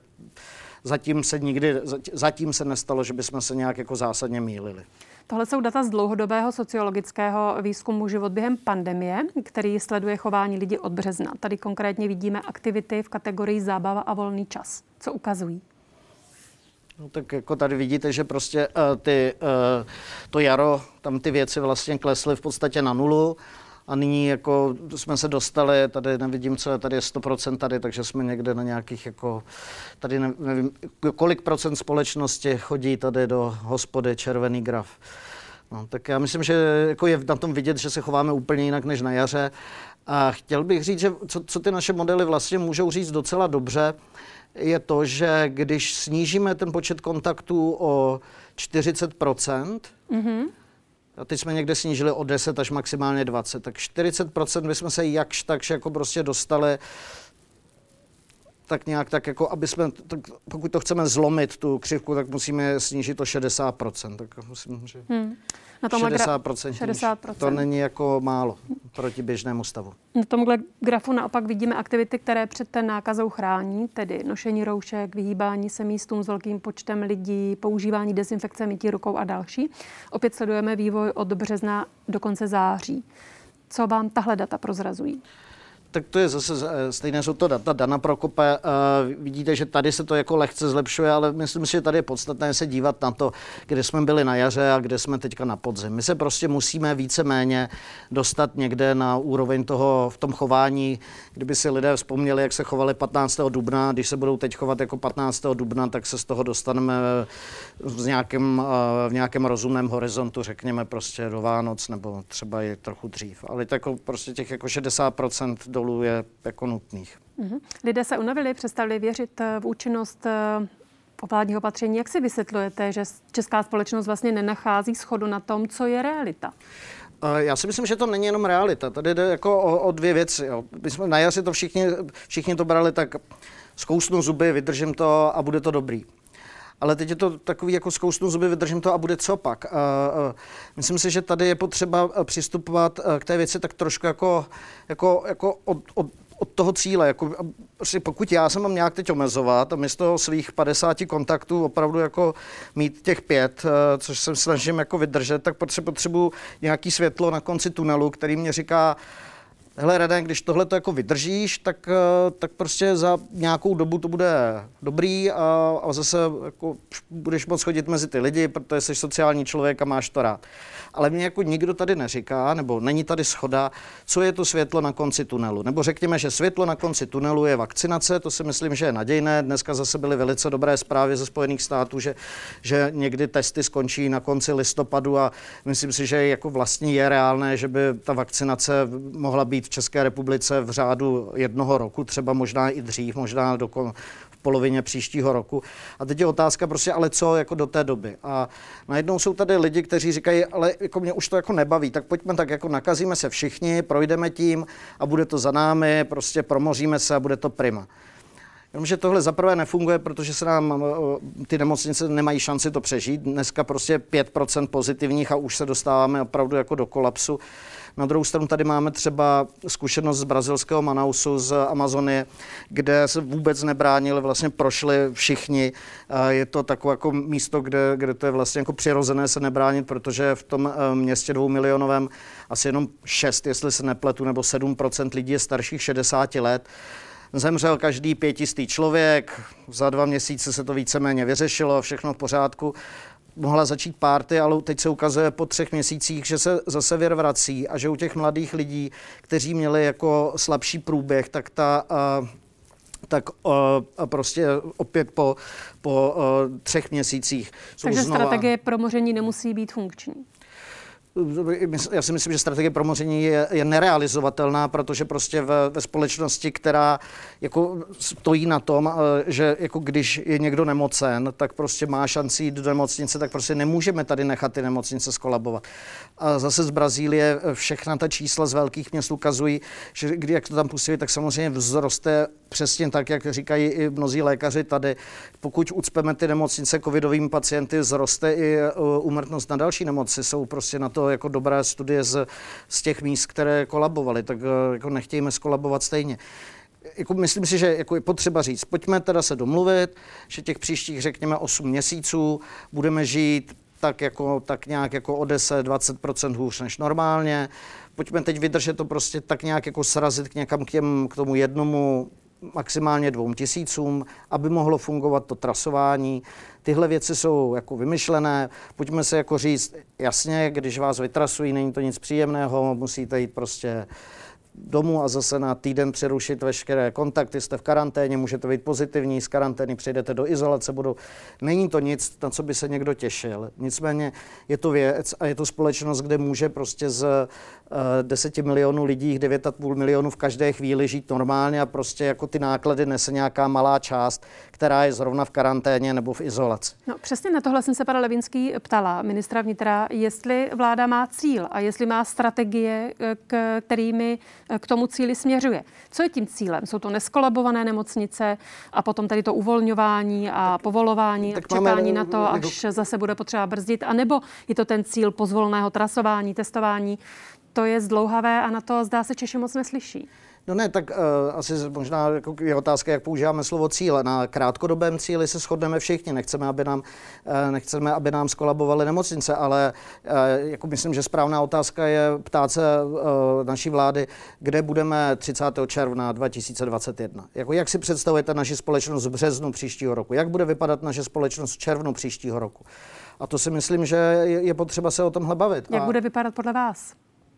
zatím se nestalo, že bychom se nějak jako zásadně mýlili. Tohle jsou data z dlouhodobého sociologického výzkumu Život během pandemie, který sleduje chování lidí od března. Tady konkrétně vidíme aktivity v kategorii zábava a volný čas. Co ukazují? No, tak jako tady vidíte, že prostě to jaro, tam ty věci vlastně klesly v podstatě na nulu. A nyní jako jsme se dostali, tady nevidím, co je, tady je 100% tady, takže jsme někde na nějakých jako, tady nevím, kolik procent společnosti chodí tady do hospody, červený graf. No, tak já myslím, že jako je na tom vidět, že se chováme úplně jinak než na jaře. A chtěl bych říct, že co ty naše modely vlastně můžou říct docela dobře, je to, že když snížíme ten počet kontaktů o 40%, a teď jsme někde snížili o 10 až maximálně 20, tak 40% bychom se jakž takž jako prostě dostali tak nějak tak jako, aby jsme, tak pokud to chceme zlomit tu křivku, tak musíme snížit o 60%. Tak myslím, že 60%. To není jako málo proti běžnému stavu. Na tomhle grafu naopak vidíme aktivity, které před ten nákazou chrání, tedy nošení roušek, vyhýbání se místům s velkým počtem lidí, používání dezinfekce, mytí rukou a další. Opět sledujeme vývoj od března do konce září. Co vám tahle data prozrazují? Tak to je zase stejné, jsou to data Dana Prokope. Vidíte, že tady se to jako lehce zlepšuje, ale myslím si, že tady je podstatné se dívat na to, kde jsme byli na jaře a kde jsme teďka na podzim. My se prostě musíme víceméně dostat někde na úroveň toho v tom chování, kdyby si lidé vzpomněli, jak se chovali 15. dubna, když se budou teď chovat jako 15. dubna, tak se z toho dostaneme v nějakém rozumném horizontu, řekněme prostě do Vánoc nebo třeba i trochu dřív. Ale tak jako prostě těch jako 60% dolů je jako nutných. Lidé se unavili, přestali věřit v účinnost vládních opatření. Jak si vysvětlujete, že česká společnost vlastně nenachází shodu na tom, co je realita? Já si myslím, že to není jenom realita. Tady jde jako o dvě věci. Jo. My jsme na jaře to všichni to brali tak zkousnu zuby, vydržím to a bude to dobrý. Ale teď je to takový jako zkousnu zuby, vydržím to a bude co pak. Myslím si, že tady je potřeba přistupovat k té věci tak trošku jako od toho cíle. Jako, pokud já se mám nějak teď omezovat a místo svých 50 kontaktů opravdu jako mít těch 5, což se snažím jako vydržet, tak potřebuji nějaký světlo na konci tunelu, který mě říká, hele Radek, když tohle to jako vydržíš, tak prostě za nějakou dobu to bude dobrý a zase jako budeš moc chodit mezi ty lidi, protože jsi sociální člověk a máš to rád. Ale mě jako nikdo tady neříká, nebo není tady shoda, co je to světlo na konci tunelu. Nebo řekněme, že světlo na konci tunelu je vakcinace, to si myslím, že je nadějné. Dneska zase byly velice dobré zprávy ze Spojených států, že někdy testy skončí na konci listopadu a myslím si, že jako vlastně je reálné, že by ta vakcinace mohla být v České republice v řádu 1 roku, třeba možná i dřív, možná v v polovině příštího roku. A teď je otázka prostě, ale co jako do té doby. A najednou jsou tady lidi, kteří říkají, ale jako mě už to jako nebaví, tak pojďme tak jako nakazíme se všichni, projdeme tím a bude to za námi, prostě promoříme se a bude to prima. Jenomže tohle zaprvé nefunguje, protože se nám ty nemocnice nemají šanci to přežít. Dneska prostě 5% pozitivních a už se dostáváme opravdu jako do kolapsu. Na druhou stranu tady máme třeba zkušenost z brazilského Manausu, z Amazonie, kde se vůbec nebránili, vlastně prošli všichni. Je to takové jako místo, kde to je vlastně jako přirozené se nebránit, protože v tom městě 2 milionovém asi jenom 6, jestli se nepletu, nebo 7% lidí je starších 60 let. Zemřel každý 500. člověk, za 2 měsíce se to víceméně vyřešilo, všechno v pořádku. Mohla začít party, ale teď se ukazuje po 3 měsících, že se zase vir vrací a že u těch mladých lidí, kteří měli jako slabší průběh, tak prostě opět po 3 měsících jsou Takže znova... strategie promoření nemusí být funkční. Já si myslím, že strategie promoření je nerealizovatelná, protože prostě ve společnosti, která jako stojí na tom, že jako když je někdo nemocen, tak prostě má šanci jít do nemocnice, tak prostě nemůžeme tady nechat ty nemocnice skolabovat. A zase z Brazílie všechna ta čísla z velkých měst ukazují, že jak to tam pustí, tak samozřejmě vzroste přesně tak, jak říkají i mnozí lékaři tady. Pokud ucpeme ty nemocnice covidovými pacienty, vzroste i úmrtnost na další nemoci. Jsou prostě na to jako dobré studie z těch míst, které kolabovaly, tak jako nechtějme skolabovat stejně. Jako myslím si, že jako je potřeba říct, pojďme teda se domluvit, že těch příštích, řekněme, 8 měsíců budeme žít tak nějak jako o 10-20% hůř než normálně. Pojďme teď vydržet to prostě tak nějak jako srazit k tomu 1, maximálně 2 tisícům, aby mohlo fungovat to trasování. Tyhle věci jsou jako vymyšlené. Pojďme se jako říct, jasně, když vás vytrasují, není to nic příjemného, musíte jít prostě domů a zase na týden přerušit veškeré kontakty, jste v karanténě, můžete být pozitivní, z karantény přejdete do izolace, není to nic, na co by se někdo těšil. Nicméně je to věc a je to společnost, kde může prostě z 10 milionů lidí, 9,5 milionů v každé chvíli žít normálně a prostě jako ty náklady nese nějaká malá část, která je zrovna v karanténě nebo v izolaci. No přesně na tohle jsem se pana Levínský ptala ministra vnitra, jestli vláda má cíl a jestli má strategie, kterými k tomu cíli směřuje. Co je tím cílem? Jsou to neskolabované nemocnice a potom tady to uvolňování a povolování a čekání na to, až zase bude potřeba brzdit, anebo je to ten cíl pozvolného trasování, testování? To je zdlouhavé a na to zdá se Češi moc neslyší. No ne, tak asi možná jako je otázka, jak používáme slovo cíle. Na krátkodobém cíli se shodneme všichni. Nechceme, aby nám skolabovaly nemocnice, ale jako myslím, že správná otázka je ptát se naší vlády, kde budeme 30. června 2021. Jak si představujete naši společnost v březnu příštího roku? Jak bude vypadat naše společnost v červnu příštího roku? A to si myslím, že je potřeba se o tomhle bavit. Jak bude vypadat podle vás?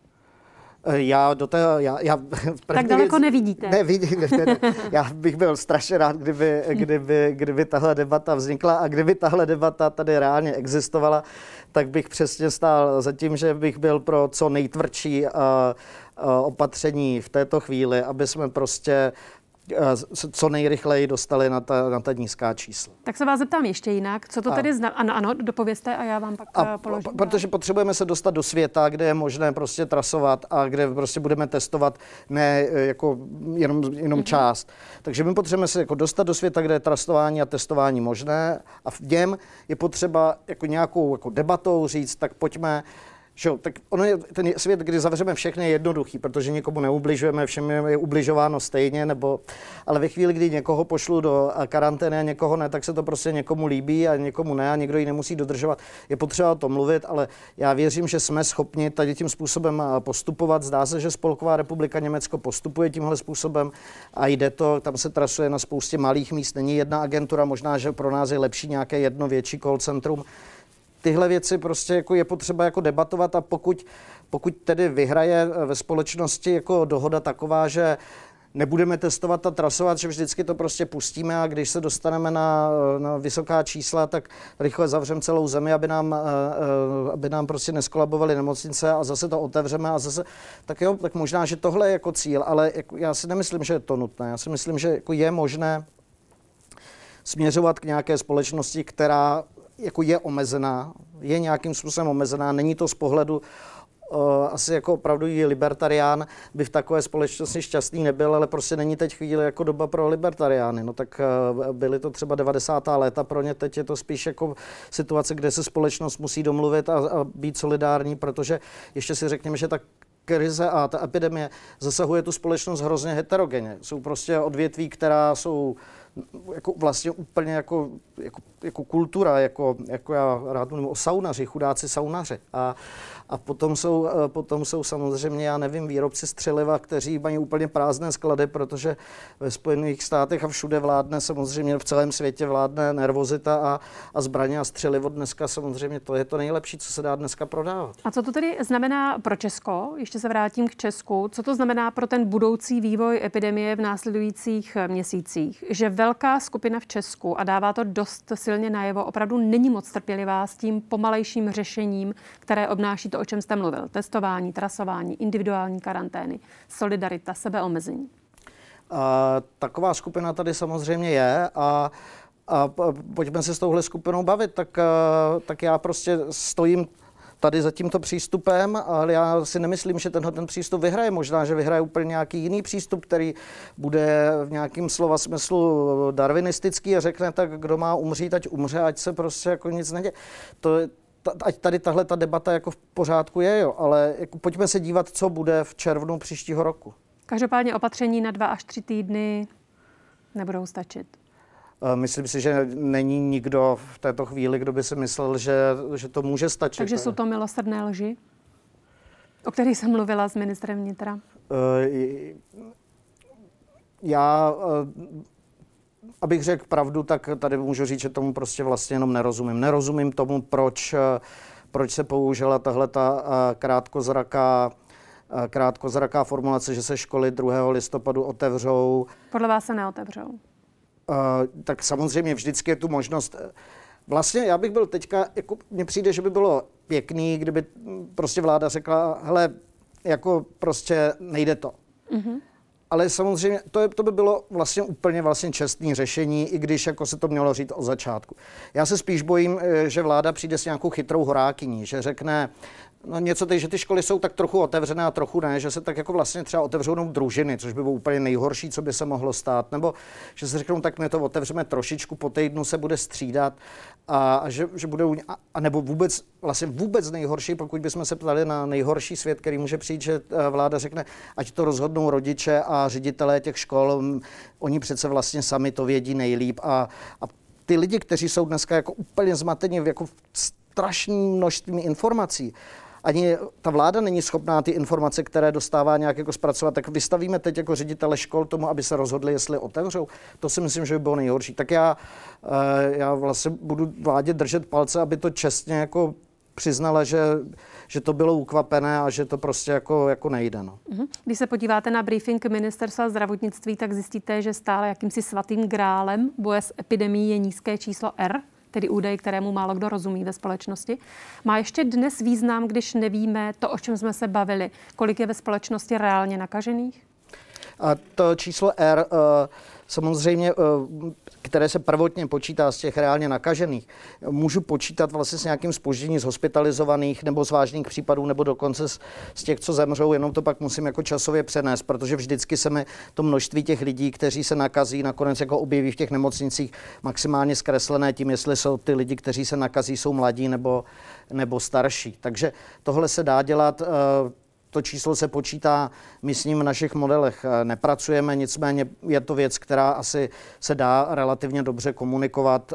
Tak daleko nevidíte. Ne. Já bych byl strašně rád, kdyby tahle debata vznikla a kdyby tahle debata tady reálně existovala, tak bych přesně stál za tím, že bych byl pro co nejtvrdší opatření v této chvíli, aby jsme prostě co nejrychleji dostali na ta nízká čísla. Tak se vás zeptám ještě jinak. Co to tedy znamená? Ano, dopovězte a já vám pak položím. Protože potřebujeme se dostat do světa, kde je možné prostě trasovat a kde prostě budeme testovat ne jako jenom část. Takže my potřebujeme se jako dostat do světa, kde je trasování a testování možné a v něm je potřeba jako nějakou jako debatou říct, tak pojďme. Tak ono je ten svět, kdy zavřeme všechny, je jednoduchý, protože nikomu neubližujeme, všem je ubližováno stejně, ale ve chvíli, kdy někoho pošlu do karantény a někoho ne, tak se to prostě někomu líbí a někomu ne a někdo ji nemusí dodržovat. Je potřeba o tom mluvit, ale já věřím, že jsme schopni tady tím způsobem postupovat. Zdá se, že Spolková republika Německo postupuje tímhle způsobem a jde to, tam se trasuje na spoustě malých míst, není jedna agentura, možná, že pro nás je lepší nějaké jedno větší call centrum. Tyhle věci prostě jako je potřeba jako debatovat a pokud tedy vyhraje ve společnosti jako dohoda taková, že nebudeme testovat a trasovat, že vždycky to prostě pustíme a když se dostaneme na vysoká čísla, tak rychle zavřeme celou zemi, aby nám prostě neskolabovaly nemocnice a zase to otevřeme a zase, tak možná, že tohle je jako cíl, ale jako já si nemyslím, že je to nutné. Já si myslím, že jako je možné směřovat k nějaké společnosti, která jako je omezená, je nějakým způsobem omezená, není to z pohledu asi jako opravdu i libertarián by v takové společnosti šťastný nebyl, ale prostě není teď chvíli jako doba pro libertariány. No tak byly to třeba 90. léta, pro ně teď je to spíš jako situace, kde se společnost musí domluvit a být solidární, protože ještě si řekněme, že ta krize a ta epidemie zasahuje tu společnost hrozně heterogenně. Jsou prostě odvětví, která jsou jako vlastně úplně jako kultura, jako já rád mluvím o saunaři, chudáci saunaři. A potom jsou samozřejmě, já nevím, výrobci střeliva, kteří mají úplně prázdné sklady, protože ve Spojených státech a všude vládne, samozřejmě v celém světě vládne nervozita a zbraně a střelivo dneska samozřejmě to je to nejlepší, co se dá dneska prodávat. A co to tedy znamená pro Česko? Ještě se vrátím k Česku. Co to znamená pro ten budoucí vývoj epidemie v následujících měsících? Že velká skupina v Česku, a dává to dost silně najevo, opravdu není moc trpělivá s tím pomalejším řešením, které obnáší to, o čem jste mluvil. Testování, trasování, individuální karantény, solidarita, sebeomezení. Taková skupina tady samozřejmě je a pojďme se s touhle skupinou bavit. Tak já prostě stojím tady za tímto přístupem, ale já si nemyslím, že ten přístup vyhraje. Možná, že vyhraje úplně nějaký jiný přístup, který bude v nějakém slova smyslu darwinistický a řekne, tak kdo má umřít, ať umře, ať se prostě jako nic neděje. Ať tady tahle ta debata jako v pořádku je, jo, ale jako pojďme se dívat, co bude v červnu příštího roku. Každopádně opatření na 2 až 3 týdny nebudou stačit. Myslím si, že není nikdo v této chvíli, kdo by si myslel, že to může stačit. Takže jsou to milosrdné lži, o kterých jsem mluvila s ministrem vnitra? Abych řekl pravdu, tak tady můžu říct, že tomu prostě vlastně jenom nerozumím. Nerozumím tomu, proč se použila tahleta krátkozraká formulace, že se školy 2. listopadu otevřou. Podle vás se neotevřou? Tak samozřejmě vždycky je tu možnost. Vlastně já bych byl teďka, jako mně přijde, že by bylo pěkný, kdyby prostě vláda řekla, hele, jako prostě nejde to. Mm-hmm. Ale samozřejmě to by bylo vlastně úplně čestné řešení, i když jako se to mělo říct od začátku. Já se spíš bojím, že vláda přijde s nějakou chytrou horákyní, že řekne, no něco že ty školy jsou tak trochu otevřené a trochu ne, že se tak jako vlastně třeba otevřou jenom družiny, což by bylo úplně nejhorší, co by se mohlo stát, nebo že se řeknou, tak my to otevřeme trošičku, po týdnu se bude střídat a že bude, a nebo vůbec nejhorší, pokud bychom se ptali na nejhorší svět, který může přijít, že vláda řekne, ať to rozhodnou rodiče a ředitelé těch škol, oni přece vlastně sami to vědí nejlíp a ty lidi, kteří jsou dneska jako úplně zmatení jako strašným množstvím informací, ani ta vláda není schopná ty informace, které dostává nějak jako zpracovat, tak vystavíme teď jako ředitele škol tomu, aby se rozhodli, jestli otevřou. To si myslím, že by bylo nejhorší. Tak já vlastně budu vládě držet palce, aby to čestně jako přiznala, že to bylo ukvapené a že to prostě jako nejde. No. Když se podíváte na briefing ministerstva zdravotnictví, tak zjistíte, že stále jakýmsi svatým grálem boje s epidemií je nízké číslo R, tedy údaj, kterému málo kdo rozumí ve společnosti. Má ještě dnes význam, když nevíme to, o čem jsme se bavili, kolik je ve společnosti reálně nakažených? A to číslo R, samozřejmě, které se prvotně počítá z těch reálně nakažených, můžu počítat vlastně s nějakým zpožděním z hospitalizovaných nebo z vážných případů, nebo dokonce z těch, co zemřou, jenom to pak musím jako časově přenést, protože vždycky se mi to množství těch lidí, kteří se nakazí, nakonec jako objeví v těch nemocnicích maximálně zkreslené tím, jestli jsou ty lidi, kteří se nakazí, jsou mladí nebo starší. Takže tohle se dá dělat. To číslo se počítá, my s ním v našich modelech nepracujeme, nicméně je to věc, která asi se dá relativně dobře komunikovat.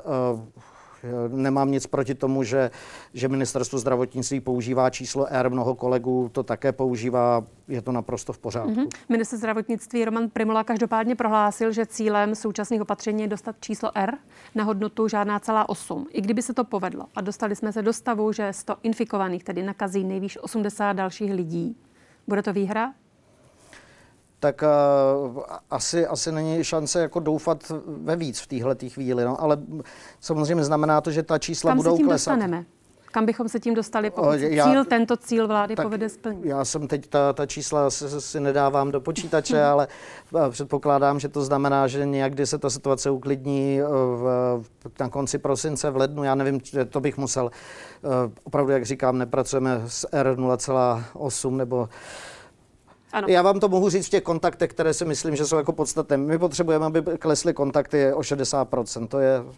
Nemám nic proti tomu, že ministerstvo zdravotnictví používá číslo R, mnoho kolegů to také používá, je to naprosto v pořádku. Ministr zdravotnictví Roman Prymula každopádně prohlásil, že cílem současných opatření je dostat číslo R na hodnotu žádná celá 8. I kdyby se to povedlo a dostali jsme se do stavu, že 100 infikovaných, tedy nakazí nejvýš 80 dalších lidí, bude to výhra? Tak asi není šance jako doufat ve víc v téhletý chvíli, no, ale samozřejmě znamená to, že ta čísla budou klesat. Kam bychom se tím dostali, pokud tento cíl vlády povede splnit? Já jsem teď ta čísla si nedávám do počítače, ale předpokládám, že to znamená, že někdy se ta situace uklidní na konci prosince, v lednu. Já nevím, to bych musel. Opravdu, jak říkám, nepracujeme s R0,8 nebo... Ano. Já vám to mohu říct v těch kontaktech, které si myslím, že jsou jako podstatné. My potřebujeme, aby klesly kontakty o 60%.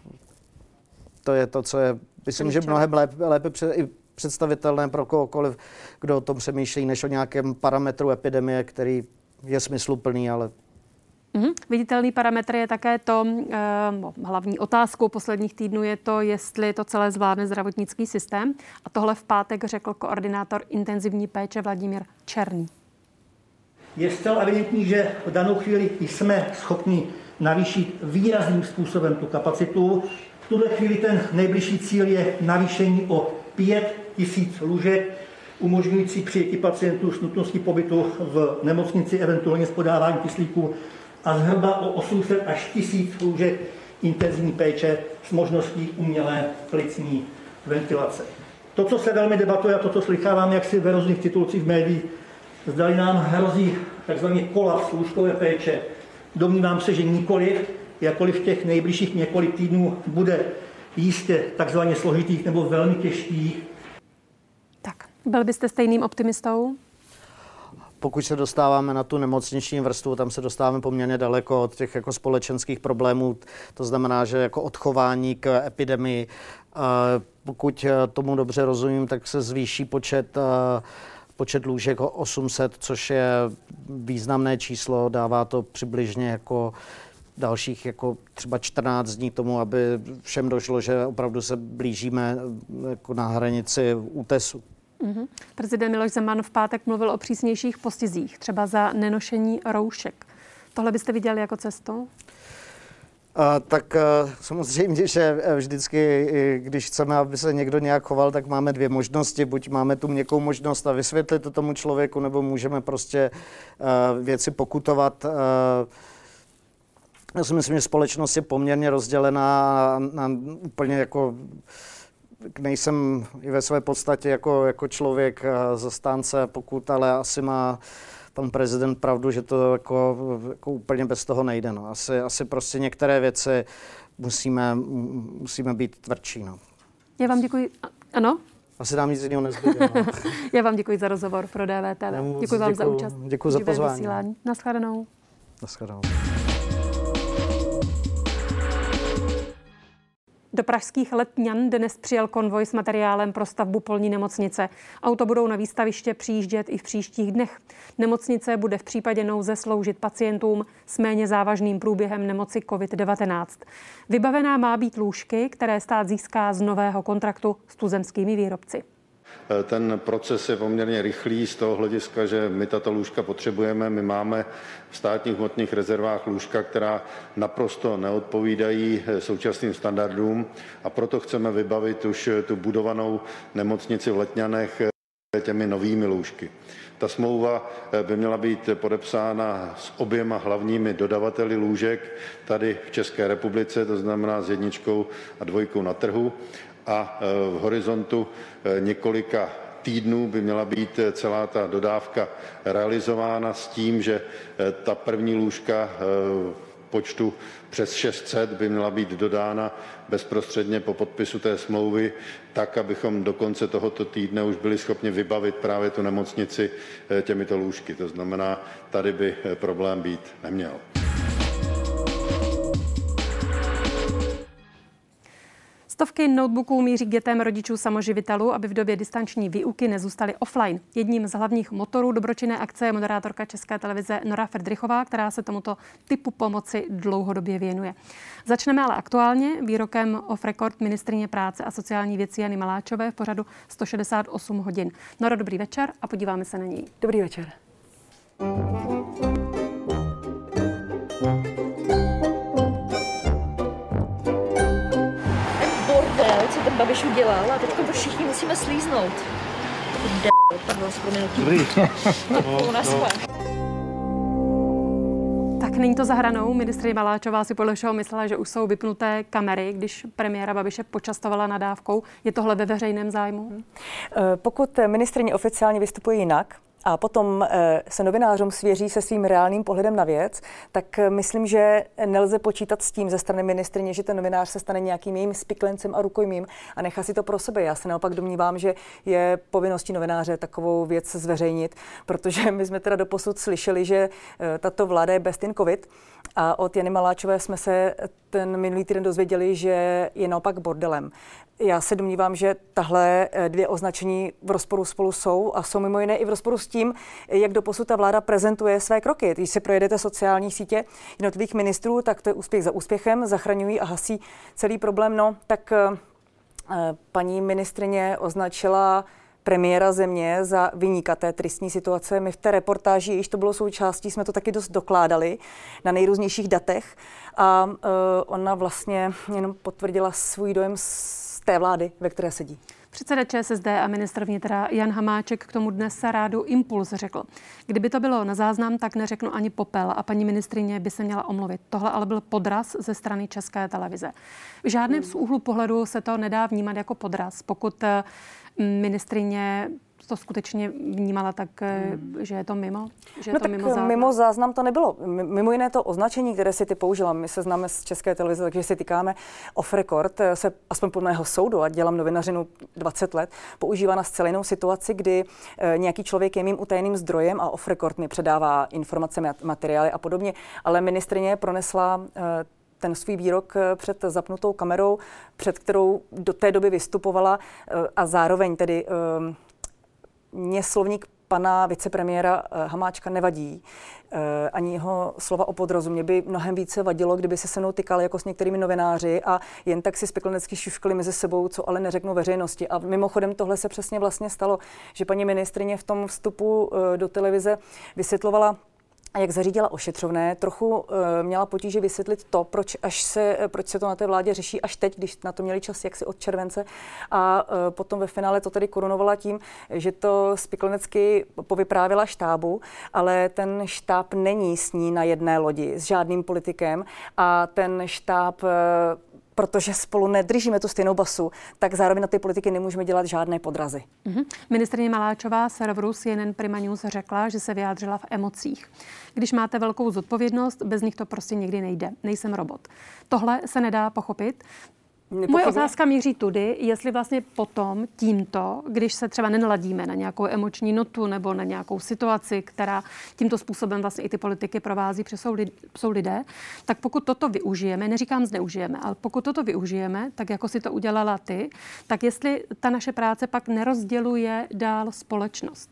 To je to, co je, myslím, že mnohem lépe představitelné pro kohokoliv, kdo o tom přemýšlí, než o nějakém parametru epidemie, který je smysluplný, ale... Viditelný parametr je také to, hlavní otázkou posledních týdnů je to, jestli to celé zvládne zdravotnický systém. A tohle v pátek řekl koordinátor intenzivní péče Vladimír Černý. Je zcela evidentní, že v danou chvíli jsme schopni navýšit výrazným způsobem tu kapacitu. V tuhle chvíli ten nejbližší cíl je navýšení o 5 000 lůžek, umožňující přijetí pacientů s nutností pobytu v nemocnici, eventuálně s podáváním kyslíku, a zhruba o 800 až 1000 lůžek intenzivní péče s možností umělé plicní ventilace. To, co se velmi debatuje a to, co slychávám jaksi v různých titulcích v médiích, zdali nám hrozí takzvaný kolaps lůžkové péče. Domnívám se, že nikoliv, jakkoliv v těch nejbližších několik týdnů bude jistě takzvaně složitých nebo velmi těžkých. Tak, byl byste stejným optimistou? Pokud se dostáváme na tu nemocniční vrstvu, tam se dostáváme poměrně daleko od těch jako společenských problémů. To znamená, že jako odchování k epidemii, pokud tomu dobře rozumím, tak se zvýší počet lůžek o 800, což je významné číslo. Dává to přibližně jako dalších jako třeba 14 dní tomu, aby všem došlo, že opravdu se blížíme jako na hranici útesu. Prezident Miloš Zeman v pátek mluvil o přísnějších postizích, třeba za nenošení roušek. Tohle byste viděli jako cestu? Tak samozřejmě, že vždycky, když chceme, aby se někdo nějak choval, tak máme dvě možnosti. Buď máme tu měkkou možnost a vysvětlit to tomu člověku, nebo můžeme prostě věci pokutovat. Já si myslím, že společnost je poměrně rozdělená na úplně jako... Nejsem i ve své podstatě jako člověk zastánce pokut, ale asi má pan prezident pravdu, že to jako úplně bez toho nejde. No. Asi prostě některé věci musíme být tvrdší. No. Já vám děkuji. Ano? Asi nám nic jiného nezbyde. No. Já vám děkuji za rozhovor pro DVTV. Děkuji vám za účast. Děkuji za pozvání. Vysílání. Naschledanou. Naschledanou. Do pražských Letňan dnes přijel konvoj s materiálem pro stavbu polní nemocnice. Auto budou na výstaviště přijíždět i v příštích dnech. Nemocnice bude v případě nouze sloužit pacientům s méně závažným průběhem nemoci COVID-19. Vybavená má být lůžky, které stát získá z nového kontraktu s tuzemskými výrobci. Ten proces je poměrně rychlý z toho hlediska, že my tato lůžka potřebujeme. My máme v státních hmotných rezervách lůžka, která naprosto neodpovídají současným standardům, a proto chceme vybavit už tu budovanou nemocnici v Letňanech těmi novými lůžky. Ta smlouva by měla být podepsána s oběma hlavními dodavateli lůžek tady v České republice, to znamená s 1 a 2 na trhu. A v horizontu několika týdnů by měla být celá ta dodávka realizována s tím, že ta první lůžka v počtu přes 600 by měla být dodána bezprostředně po podpisu té smlouvy, tak, abychom do konce tohoto týdne už byli schopni vybavit právě tu nemocnici těmito lůžky. To znamená, tady by problém být neměl. Stovky notebooků míří k dětem rodičů samoživitelů, aby v době distanční výuky nezůstaly offline. Jedním z hlavních motorů dobročinné akce je moderátorka České televize Nora Fridrichová, která se tomuto typu pomoci dlouhodobě věnuje. Začneme ale aktuálně výrokem off record ministryně práce a sociální věcí Jany Maláčové v pořadu 168 hodin. Noro, dobrý večer a podíváme se na něj. Dobrý večer. Co ten Babiš udělal, a teď to všichni musíme slíznout. Pardon, s prominutím. Dobrý. Tak není to za hranou? Ministryně Maláčová si podle všeho myslela, že už jsou vypnuté kamery, když premiéra Babiše počastovala nadávkou. Je tohle ve veřejném zájmu? Pokud ministryně oficiálně vystupuje jinak, a potom se novinářům svěří se svým reálným pohledem na věc, tak myslím, že nelze počítat s tím ze strany ministryně, že ten novinář se stane nějakým jejím spiklencem a rukojmím a nechá si to pro sebe. Já se naopak domnívám, že je povinností novináře takovou věc zveřejnit, protože my jsme teda doposud slyšeli, že tato vláda je best in covid a od Jany Maláčové jsme se ten minulý týden dozvěděli, že je naopak bordelem. Já se domnívám, že tahle dvě označení v rozporu spolu jsou a jsou mimo jiné i v rozporu s tím, jak doposud ta vláda prezentuje své kroky. Když si projedete sociální sítě jednotlivých ministrů, tak to je úspěch za úspěchem, zachraňují a hasí celý problém. No, tak paní ministryně označila premiéra země za viníka té tristní situace. My v té reportáži, již to bylo součástí, jsme to taky dost dokládali na nejrůznějších datech a ona vlastně jenom potvrdila svůj dojem z té vlády, ve které sedí. Předseda ČSSD a ministr vnitra Jan Hamáček k tomu dnes rádu Impuls řekl. Kdyby to bylo na záznam, tak neřeknu ani popel a paní ministryně by se měla omluvit. Tohle ale byl podraz ze strany České televize. V žádném z úhlu pohledu se to nedá vnímat jako podraz. Pokud ministryně to skutečně vnímala tak, že je to mimo? Že je to mimo záznam? Mimo záznam to nebylo. Mimo jiné to označení, které si ty použila, my se známe z České televize, takže si týkáme off record, se aspoň podle mého soudu, a dělám novinařinu 20 let, používá na zcela jinou situaci, kdy nějaký člověk je mým utajeným zdrojem a off record mi předává informace, materiály a podobně, ale ministryně pronesla ten svůj výrok před zapnutou kamerou, před kterou do té doby vystupovala a zároveň tedy mě slovník pana vicepremiéra Hamáčka nevadí. Ani jeho slova o podrazu. Mě by mnohem více vadilo, kdyby se mnou tykali jako s některými novináři a jen tak si spiklenecky šuškali mezi sebou, co ale neřeknou veřejnosti. A mimochodem tohle se přesně vlastně stalo, že paní ministryně v tom vstupu do televize vysvětlovala, a jak zařídila ošetřovné, trochu měla potíže vysvětlit to, proč se to na té vládě řeší až teď, když na to měli čas jaksi od července. A potom ve finále to tedy korunovala tím, že to spiklenecky povyprávěla štábu, ale ten štáb není s ní na jedné lodi s žádným politikem a ten štáb, protože spolu nedržíme tu stejnou basu, tak zároveň na ty politiky nemůžeme dělat žádné podrazy. Ministryně Maláčová serveru CNN Prima News řekla, že se vyjádřila v emocích. Když máte velkou zodpovědnost, bez nich to prostě nikdy nejde. Nejsem robot. Tohle se nedá pochopit. Moje otázka míří tudy, jestli vlastně potom tímto, když se třeba nenaladíme na nějakou emoční notu nebo na nějakou situaci, která tímto způsobem vlastně i ty politiky provází, protože jsou lidé, tak pokud toto využijeme, neříkám zneužijeme, ale pokud toto využijeme, tak jako si to udělala ty, tak jestli ta naše práce pak nerozděluje dál společnost.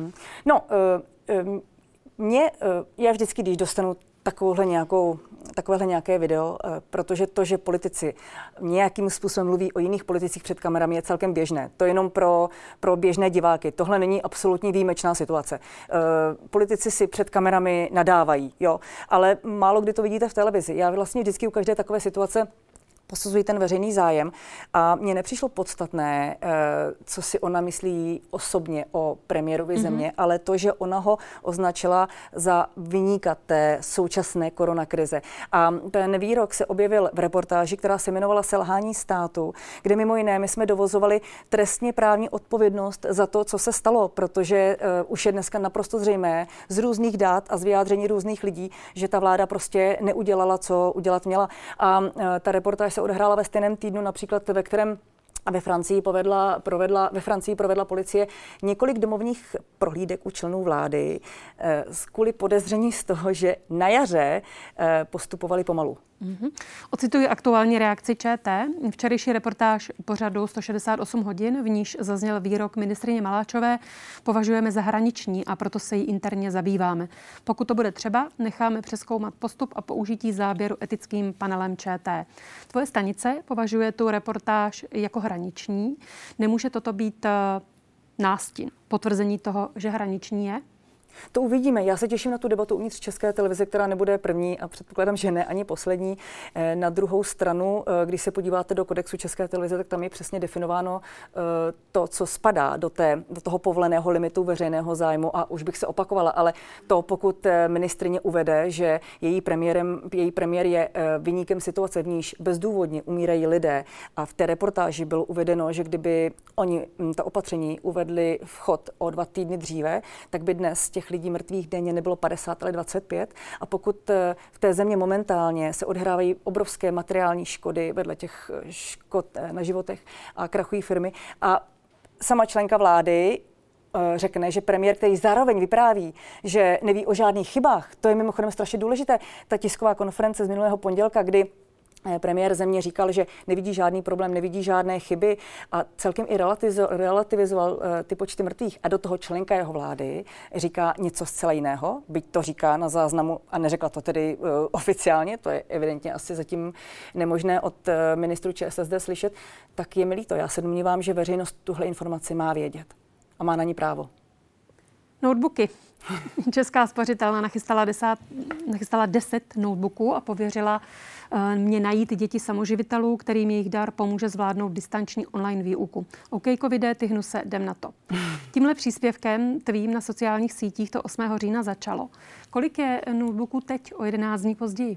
Já vždycky, když dostanu takovéhle nějaké video, protože to, že politici nějakým způsobem mluví o jiných politicích před kamerami, je celkem běžné. To je jenom pro běžné diváky. Tohle není absolutně výjimečná situace. Politici si před kamerami nadávají, jo, ale málo kdy to vidíte v televizi. Já vlastně vždycky u každé takové situace posuzují ten veřejný zájem a mně nepřišlo podstatné, co si ona myslí osobně o premiérovi země, ale to, že ona ho označila za viníka té současné koronakrize. A ten výrok se objevil v reportáži, která se jmenovala Selhání státu, kde mimo jiné my jsme dovozovali trestně právní odpovědnost za to, co se stalo, protože už je dneska naprosto zřejmé z různých dat a z vyjádření různých lidí, že ta vláda prostě neudělala, co udělat měla. A ta reportáž se odehrála ve stejném týdnu, například ve kterém a ve Francii provedla policie několik domovních prohlídek u členů vlády kvůli podezření z toho, že na jaře postupovali pomalu. Ocituji aktuální reakci ČT. Včerejší reportáž pořadu 168 hodin, v níž zazněl výrok ministryně Maláčové, považujeme za hraniční a proto se jí interně zabýváme. Pokud to bude třeba, necháme přezkoumat postup a použití záběru etickým panelem ČT. Tvoje stanice považuje tu reportáž jako hraniční. Nemůže toto být nástin, potvrzení toho, že hraniční je? To uvidíme. Já se těším na tu debatu uvnitř České televize, která nebude první a předpokládám, že ne ani poslední. Na druhou stranu, když se podíváte do kodexu České televize, tak tam je přesně definováno to, co spadá do toho povoleného limitu veřejného zájmu. A už bych se opakovala, ale to, pokud ministryně uvede, že její premiér je viníkem situace, v níž bezdůvodně umírají lidé, a v té reportáži bylo uvedeno, že kdyby oni ta opatření uvedli v chod o 2 týdny dříve, tak by dnes těch lidí mrtvých denně nebylo 50, ale 25. A pokud v té země momentálně se odehrávají obrovské materiální škody vedle těch škod na životech a krachují firmy a sama členka vlády řekne, že premiér, který zároveň vypráví, že neví o žádných chybách, to je mimochodem strašně důležité. Ta tisková konference z minulého pondělka, kdy premiér země říkal, že nevidí žádný problém, nevidí žádné chyby a celkem i relativizoval ty počty mrtvých. A do toho členka jeho vlády říká něco zcela jiného, byť to říká na záznamu a neřekla to tedy oficiálně, to je evidentně asi zatím nemožné od ministru ČSSD slyšet, tak je mi líto. Já se domnívám, že veřejnost tuhle informaci má vědět a má na ní právo. Notebooky. Česká spořitelna nachystala 10 notebooků a pověřila mě najít děti samoživitelů, kterým jejich dar pomůže zvládnout distanční online výuku. OK, covide, tyhnu se, jdem na to. Tímhle příspěvkem tvým na sociálních sítích to 8. října začalo. Kolik je notebooků teď o 11 dní později?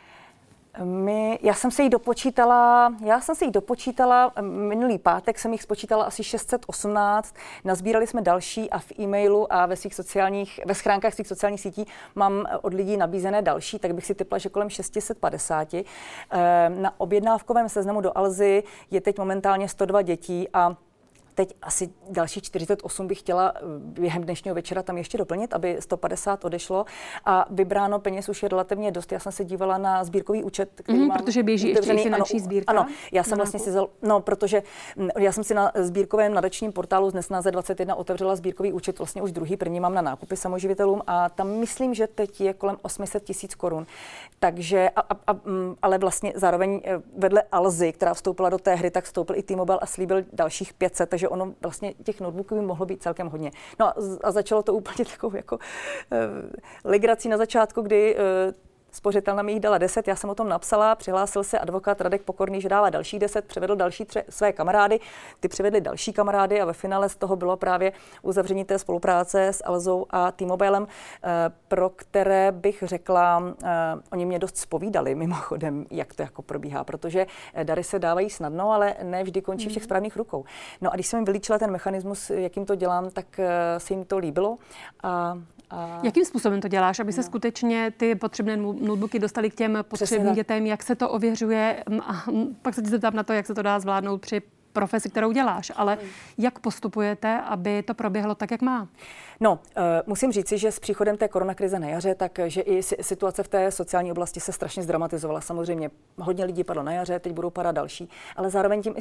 Já jsem si ji dopočítala, minulý pátek jsem jich spočítala asi 618, nazbírali jsme další a v e-mailu a ve schránkách svých sociálních sítí mám od lidí nabízené další, tak bych si tipla, že kolem 650. Na objednávkovém seznamu do Alzy je teď momentálně 102 dětí a teď asi další 48 bych chtěla během dnešního večera tam ještě doplnit, aby 150 odešlo a vybráno peněz už je relativně dost. Já jsem se dívala na sbírkový účet, který mám protože běží ještě finanční sbírka. Ano, já jsem vlastně protože já jsem si na sbírkovém nadačním portálu z Nesnáze 21 otevřela sbírkový účet, vlastně už první mám na nákupy samoživitelům a tam myslím, že teď je kolem 800 000 korun. Takže, ale vlastně zároveň vedle Alzy, která vstoupila do té hry, tak vstoupil i T-Mobile a slíbil dalších 500, takže ono vlastně těch notebooků by mohlo být celkem hodně. No a začalo to úplně takovou jako legrací na začátku, kdy spořitelna mi jich dala 10, já jsem o tom napsala, přihlásil se advokát Radek Pokorný, že dává další 10, převedl další své kamarády, ty přivedli další kamarády a ve finále z toho bylo právě uzavření té spolupráce s Alzou a T-Mobilem, pro které bych řekla, oni mě dost zpovídali mimochodem, jak to jako probíhá, protože dary se dávají snadno, ale ne vždy končí v těch správných rukou. No a když jsem jim vylíčila ten mechanismus, jakým to dělám, tak se jim to líbilo. Jakým způsobem to děláš, aby se skutečně ty potřebné notebooky dostaly k těm potřebným dětem? Jak se to ověřuje? A pak se ti zeptám na to, jak se to dá zvládnout při profesi, kterou děláš, ale jak postupujete, aby to proběhlo tak, jak má? No, musím říci, že s příchodem té koronakrize na jaře, takže i situace v té sociální oblasti se strašně zdramatizovala. Samozřejmě hodně lidí padlo na jaře, teď budou padat další, ale zároveň tím i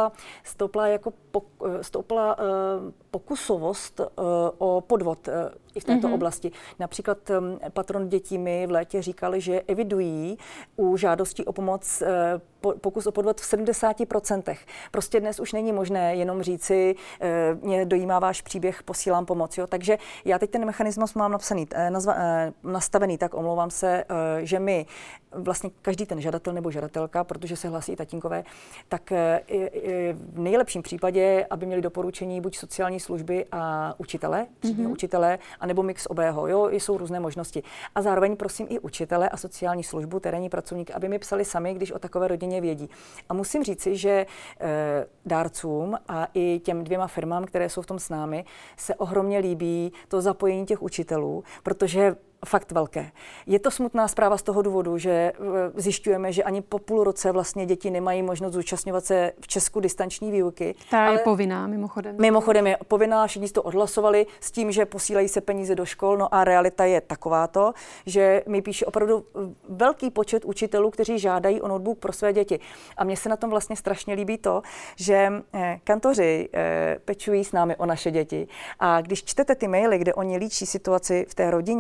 stoupla pokusovost o podvod i v této oblasti. Například patron dětí mi v létě říkal, že evidují u žádostí o pomoc pokus o podvod v 70%. Prostě dnes už není možné jenom říci, mě dojímá váš příběh, posílám pomoc. Jo? Takže já teď ten mechanismus mám nastavený, tak omlouvám se, že my vlastně každý ten žadatel nebo žadatelka, protože se hlásí i tatínkové, tak v nejlepším případě, aby měli doporučení buď sociální služby a učitele, učitele, anebo mix obého. Jo, jsou různé možnosti. A zároveň prosím i učitele a sociální službu, terénní pracovníky, aby mi psali sami, když o takové rodině vědí. A musím říci, že dárcům a i těm 2 firmám, které jsou v tom s námi, se ohromně líbí to zapojení těch učitelů, protože fakt velké. Je to smutná zpráva z toho důvodu, že zjišťujeme, že ani po půl roce vlastně děti nemají možnost zúčastňovat se v Česku distanční výuky. Ta je povinná mimochodem. Mimochodem je povinná, všichni to odhlasovali s tím, že posílají se peníze do škol, no a realita je takováto, že mi píše opravdu velký počet učitelů, kteří žádají o notebook pro své děti. A mně se na tom vlastně strašně líbí to, že kantoři pečují s námi o naše děti. A když čtete ty maily, kde oni líčí situaci v té rodině a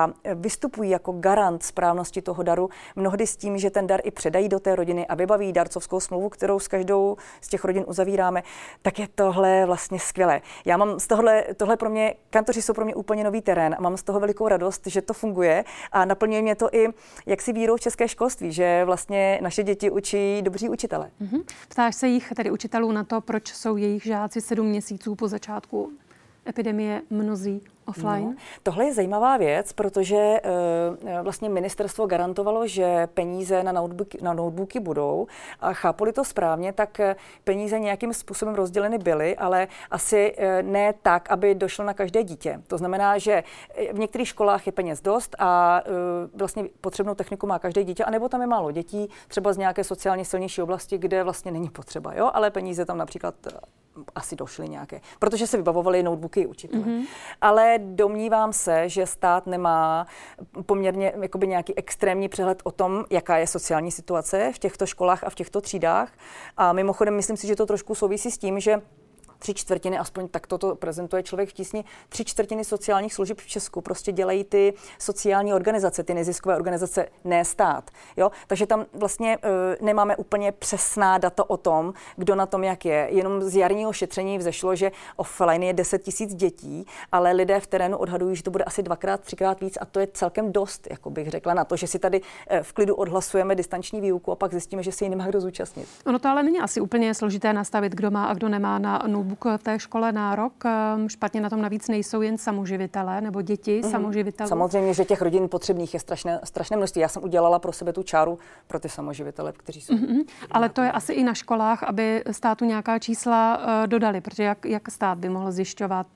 a vystupují jako garant správnosti toho daru, mnohdy s tím, že ten dar i předají do té rodiny a vybaví darcovskou smlouvu, kterou s každou z těch rodin uzavíráme, tak je tohle vlastně skvělé. Já mám z tohle pro mě, kantoři jsou pro mě úplně nový terén a mám z toho velikou radost, že to funguje a naplňuje mě to i jaksi vírou v české školství, že vlastně naše děti učí dobří učitelé. Ptáš se jich, tedy učitelů, na to, proč jsou jejich žáci 7 měsíců po začátku epidemie mnozí offline? No, tohle je zajímavá věc, protože vlastně ministerstvo garantovalo, že peníze na notebooky budou a chápu-li to správně, tak peníze nějakým způsobem rozděleny byly, ale asi ne tak, aby došlo na každé dítě. To znamená, že v některých školách je peněz dost a vlastně potřebnou techniku má každé dítě, anebo tam je málo dětí, třeba z nějaké sociálně silnější oblasti, kde vlastně není potřeba, jo? Ale peníze tam například asi došly nějaké, protože se vybavovaly notebooky učitelé. Ale domnívám se, že stát nemá poměrně jakoby nějaký extrémní přehled o tom, jaká je sociální situace v těchto školách a v těchto třídách. A mimochodem, myslím si, že to trošku souvisí s tím, že 3/4, aspoň tak toto prezentuje Člověk v tísni, 3/4 sociálních služeb v Česku prostě dělají ty sociální organizace, ty neziskové organizace, ne stát. Jo? Takže tam vlastně nemáme úplně přesná data o tom, kdo na tom jak je. Jenom z jarního šetření vzešlo, že offline je 10 000 dětí, ale lidé v terénu odhadují, že to bude asi 2x, 3x víc a to je celkem dost, jako bych řekla, na to, že si tady v klidu odhlasujeme distanční výuku a pak zjistíme, že se jí nemá kdo zúčastnit. Ono to ale není asi úplně složité nastavit, kdo má a kdo nemá na notebook v té škole nárok. Špatně na tom navíc nejsou jen samoživitelé nebo děti samoživitelů. Samozřejmě, že těch rodin potřebných je strašné množství. Já jsem udělala pro sebe tu čáru pro ty samoživitele, kteří jsou. Ale to je asi i na školách, aby státu nějaká čísla dodali, protože jak stát by mohl zjišťovat,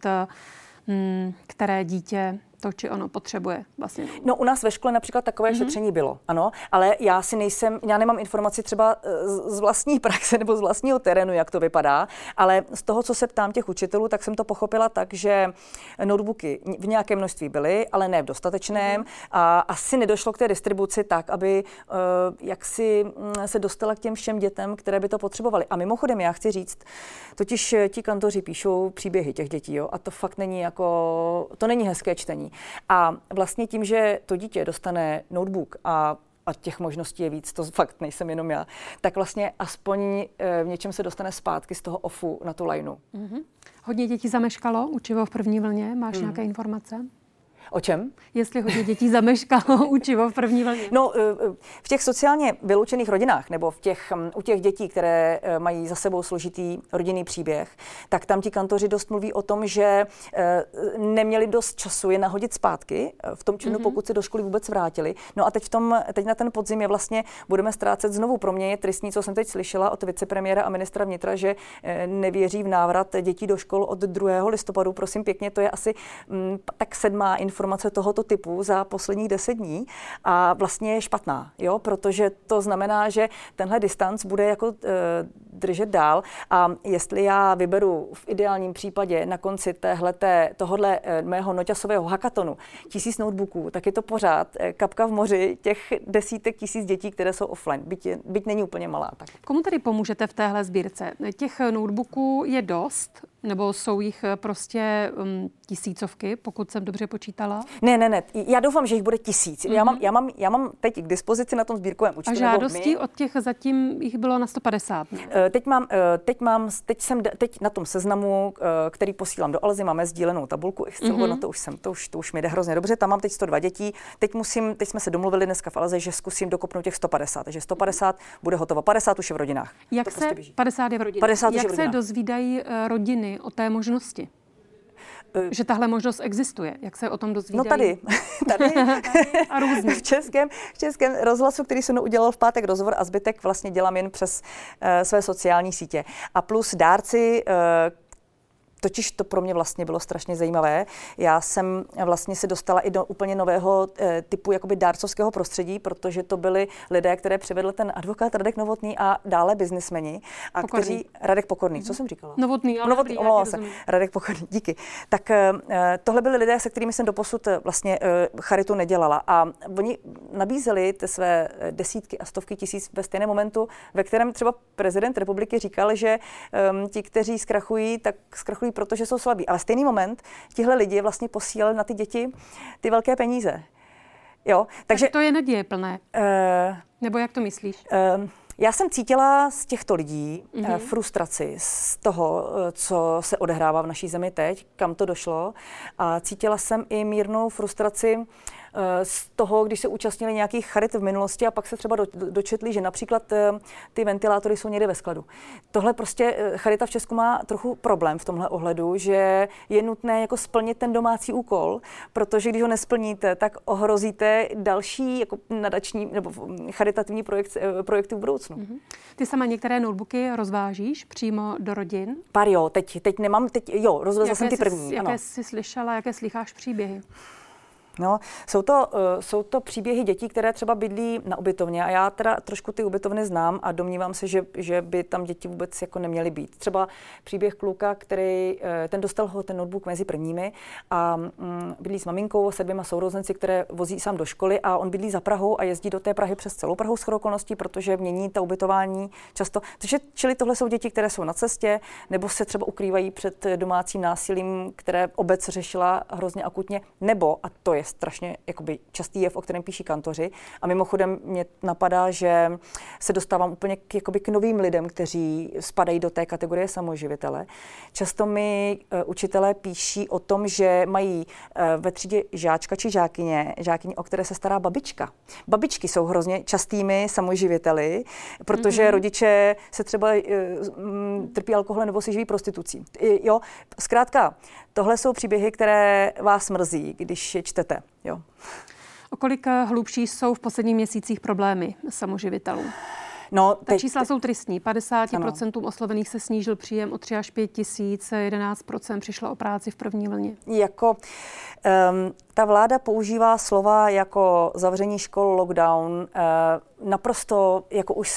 které dítě to, či ono potřebuje vlastně. No, u nás ve škole například takové šetření bylo, ano, ale já nemám informaci třeba z vlastní praxe nebo z vlastního terénu, jak to vypadá, ale z toho, co se ptám těch učitelů, tak jsem to pochopila tak, že notebooky v nějakém množství byly, ale ne v dostatečném a asi nedošlo k té distribuci tak, aby jaksi se dostala k těm všem dětem, které by to potřebovaly. A mimochodem já chci říct, totiž ti kantoři píšou příběhy těch dětí, jo, a to fakt není to není hezké čtení. A vlastně tím, že to dítě dostane notebook a těch možností je víc, to fakt nejsem jenom já, tak vlastně aspoň v něčem se dostane zpátky z toho offu na tu lajnu. Hodně dětí zameškalo učivo v první vlně, máš nějaké informace? O čem? Jestli hodně dětí zameškalo učivo v první vlně. No, v těch sociálně vyloučených rodinách, nebo u těch dětí, které mají za sebou složitý rodinný příběh, tak tam ti kantoři dost mluví o tom, že neměli dost času je nahodit zpátky v tom činu, pokud se do školy vůbec vrátili. No a teď na ten podzim je vlastně budeme ztrácet znovu. Pro mě je tristní, co jsem teď slyšela od vicepremiéra a ministra vnitra, že nevěří v návrat dětí do škol od 2. listopadu. Prosím pěkně, to je asi tak 7. informace tohoto typu za posledních 10 dní a vlastně je špatná, jo? Protože to znamená, že tenhle distanc bude jako držet dál a jestli já vyberu v ideálním případě na konci tohohle mého noťasového hackatonu 1000 notebooků, tak je to pořád kapka v moři těch desítek tisíc dětí, které jsou offline, byť není úplně malá. Tak. Komu tedy pomůžete v téhle sbírce? Těch notebooků je dost? Nebo jsou jich prostě tisícovky, pokud jsem dobře počítala? Ne. Já doufám, že jich bude 1000. Já mám teď k dispozici na tom sbírkovém účtu. A žádostí od těch zatím jich bylo na 150. Teď na tom seznamu, který posílám do Alzy, máme sdílenou tabulku Excelovou, na to už mi jde hrozně dobře. Tam mám teď 102 dětí. Teď jsme se domluvili dneska v Alze, že zkusím dokopnout těch 150. Takže 150 bude hotovo. 50 už je v rodinách. 50 je v rodinách. Jak se dozvídají rodiny o té možnosti? Že tahle možnost existuje. Jak se o tom dozvídají? No tady. A různě. V českém rozhlasu, který jsem udělal v pátek rozhovor a zbytek vlastně dělám jen přes své sociální sítě. A plus dárci, totiž to pro mě vlastně bylo strašně zajímavé. Já jsem vlastně se dostala i do úplně nového typu jakoby dárcovského prostředí, protože to byli lidé, které přivedl ten advokát Radek Novotný a dále biznismeni. Radek Pokorný, co jsem říkala? Novotný, omlouvám se. Radek Pokorný, díky. Tak tohle byli lidé, se kterými jsem doposud vlastně charitu nedělala. A oni nabízeli ty své desítky a stovky tisíc ve stejném momentu, ve kterém třeba prezident republiky říkal, že ti, kteří zkrachují, tak zkrachují, protože jsou slabí. Ale v stejný moment tihle lidi vlastně posílali na ty děti ty velké peníze. Jo, takže to je nadějeplné. Nebo jak to myslíš? Já jsem cítila z těchto lidí frustraci z toho, co se odehrává v naší zemi teď, kam to došlo. A cítila jsem i mírnou frustraci z toho, když se účastnili nějakých charit v minulosti a pak se třeba dočetli, že například ty ventilátory jsou někde ve skladu. Tohle prostě charita v Česku má trochu problém v tomhle ohledu, že je nutné jako splnit ten domácí úkol, protože když ho nesplníte, tak ohrozíte další jako nadační nebo charitativní projekty v budoucnu. Ty sama některé notebooky rozvážíš přímo do rodin? Pár jo, teď nemám, rozvezla jsem ty první. Jaké jsi slyšela, jaké slycháš příběhy? No, jsou to příběhy dětí, které třeba bydlí na ubytovně a já teda trošku ty ubytovny znám a domnívám se, že by tam děti vůbec jako neměly být. Třeba příběh kluka, který ten dostal ten notebook mezi prvními a bydlí s maminkou, se 2 sourozenci, které vozí sám do školy a on bydlí za Prahou a jezdí do té Prahy přes celou Prahu shodou okolností, protože mění ta ubytování často. Čili tohle jsou děti, které jsou na cestě nebo se třeba ukrývají před domácím násilím, které obec řešila hrozně akutně, nebo, a to je strašně jakoby častý jev, o kterém píší kantoři. A mimochodem mě napadá, že se dostávám úplně k novým lidem, kteří spadají do té kategorie samoživitele. Často mi učitelé píší o tom, že mají ve třídě žáčka či žákyně, o které se stará babička. Babičky jsou hrozně častými samoživiteli, protože rodiče se třeba trpí alkoholem nebo si živí prostitucí. Jo, zkrátka, tohle jsou příběhy, které vás mrzí, když je čtete. Jo. O kolik hlubší jsou v posledních měsících problémy samoživitelů? No, ta čísla jsou tristní. 50% oslovených se snížil příjem o 3 až 5 tisíc, 11% přišlo o práci v první vlně. Ta vláda používá slova jako zavření škol, lockdown, naprosto jako už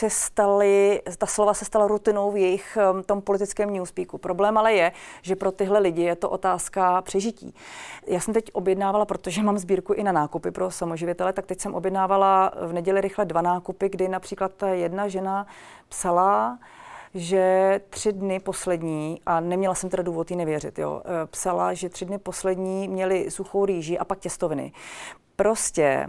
ta slova se stala rutinou v jejich tom politickém newspeaku. Problém ale je, že pro tyhle lidi je to otázka přežití. Já jsem teď objednávala, protože mám sbírku i na nákupy pro samoživitele, tak teď jsem objednávala v neděli rychle 2 nákupy, kdy například ta jedna žena psala, že 3 dny poslední, a neměla jsem teda důvod jí nevěřit, psala, že 3 dny poslední měli suchou rýži a pak těstoviny. Prostě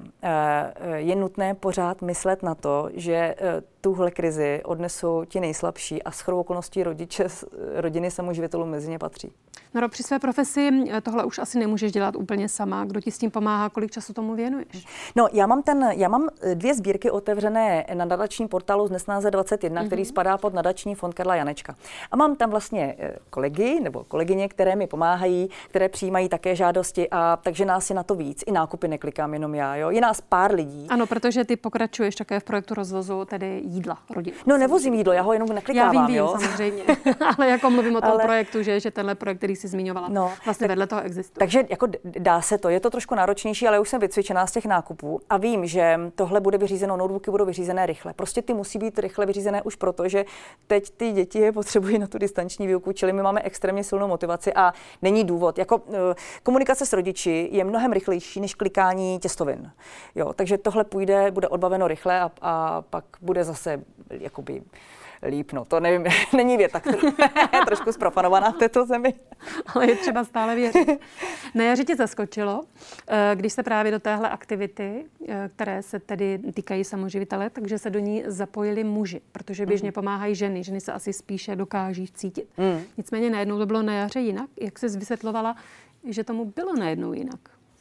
je nutné pořád myslet na to, že tuhle krizi odnesou ti nejslabší a shodou okolností rodiny samoživitelů mezi ně patří. No, při své profesi tohle už asi nemůžeš dělat úplně sama. Kdo ti s tím pomáhá, kolik času tomu věnuješ? No, já mám 2 sbírky otevřené na nadačním portálu Nesnáze 21, který spadá pod nadační fond Karla Janečka. A mám tam vlastně kolegy nebo kolegyně, které mi pomáhají, které přijímají také žádosti, a takže nás je na to víc. I nákupy neklikám jenom já, jo. Je nás pár lidí. Ano, protože ty pokračuješ také v projektu rozvozu, tedy jídla rodin. No, nevozím jídlo, já ho jenom neklikávám, já vím, jo. Samozřejmě. Ale jako mluvím o tom projektu, že tenhle projekt, který jsi zmiňovala, vlastně vedle toho existuje. Takže jako dá se to, je to trošku náročnější, ale už jsem vycvičená z těch nákupů a vím, že tohle bude vyřízeno, notebooky budou vyřízené rychle. Prostě ty musí být rychle vyřízené už proto, že teď ty děti je potřebují na tu distanční výuku, čili my máme extrémně silnou motivaci a není důvod. Jako komunikace s rodiči je mnohem rychlejší než klikání těstovin. Jo, takže tohle bude odbaveno rychle a pak bude zase jakoby líp, no to nevím, není věta, která je trošku zprofanovaná v této zemi. Ale je třeba stále věřit. Na jaře tě zaskočilo, když se právě do téhle aktivity, které se tedy týkají samoživitele, takže se do ní zapojili muži, protože běžně pomáhají ženy. Ženy se asi spíše dokáží cítit. Nicméně najednou to bylo na jaře jinak. Jak jsi vysvětlovala, že tomu bylo najednou jinak?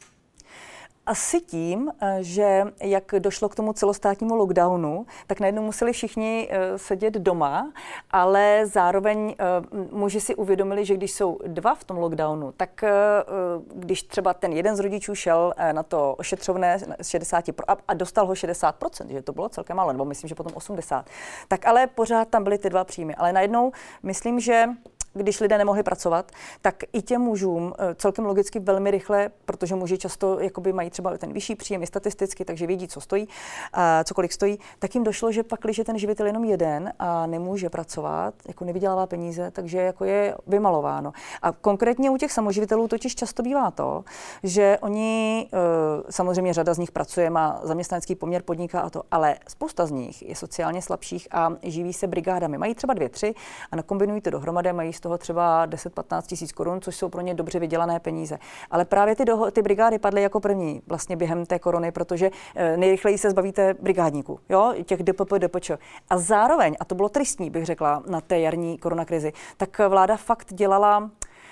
Asi tím, že jak došlo k tomu celostátnímu lockdownu, tak najednou museli všichni sedět doma, ale zároveň muži si uvědomili, že když jsou 2 v tom lockdownu, tak když třeba ten jeden z rodičů šel na to ošetřovné z 60% a dostal ho 60%, že to bylo celkem málo, nebo myslím, že potom 80%, tak ale pořád tam byly ty 2 příjmy. Ale najednou myslím, že když lidé nemohli pracovat, tak i těm mužům celkem logicky velmi rychle, protože muži často jakoby mají třeba ten vyšší příjem i statisticky, takže vědí, co stojí, cokoliv stojí, tak jim došlo, že pak, když je ten živitel jenom jeden a nemůže pracovat, jako nevydělává peníze, takže jako je vymalováno. A konkrétně u těch samoživitelů totiž často bývá to, že oni, samozřejmě řada z nich pracuje, má zaměstnanecký poměr, podniká a to, ale spousta z nich je sociálně slabších a živí se brigádami. Mají třeba 2, 3 a nakombinují to dohromady, mají z toho třeba 10-15 tisíc korun, což jsou pro ně dobře vydělané peníze. Ale právě ty brigády padly jako první vlastně během té korony, protože nejrychleji se zbavíte brigádníků, jo, těch DPP, DPČ. A zároveň, a to bylo tristní, bych řekla, na té jarní koronakrizi, tak vláda fakt dělala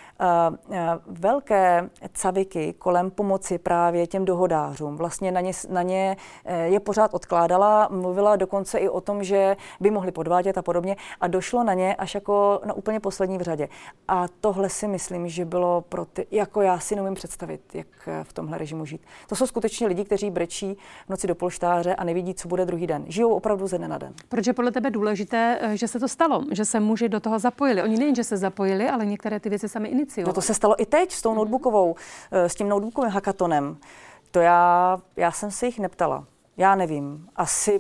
velké caviky kolem pomoci právě těm dohodářům. Vlastně na ně je pořád odkládala, mluvila dokonce i o tom, že by mohli podvádět a podobně a došlo na ně až jako na úplně poslední v řadě. A tohle si myslím, že bylo pro ty, jako já si neumím představit, jak v tomhle režimu žít. To jsou skutečně lidi, kteří brečí v noci do polštáře a nevidí, co bude druhý den. Žijou opravdu ze dne na den. Proč je podle tebe důležité, že se to stalo, že se muži do toho zapojili? Oni nejen, že se zapojili, ale některé ty věci sami iniciovali. No to se stalo i teď s tou notebookovou, s tím notebookovým hackathonem. To já jsem se jich neptala. Já nevím. Asi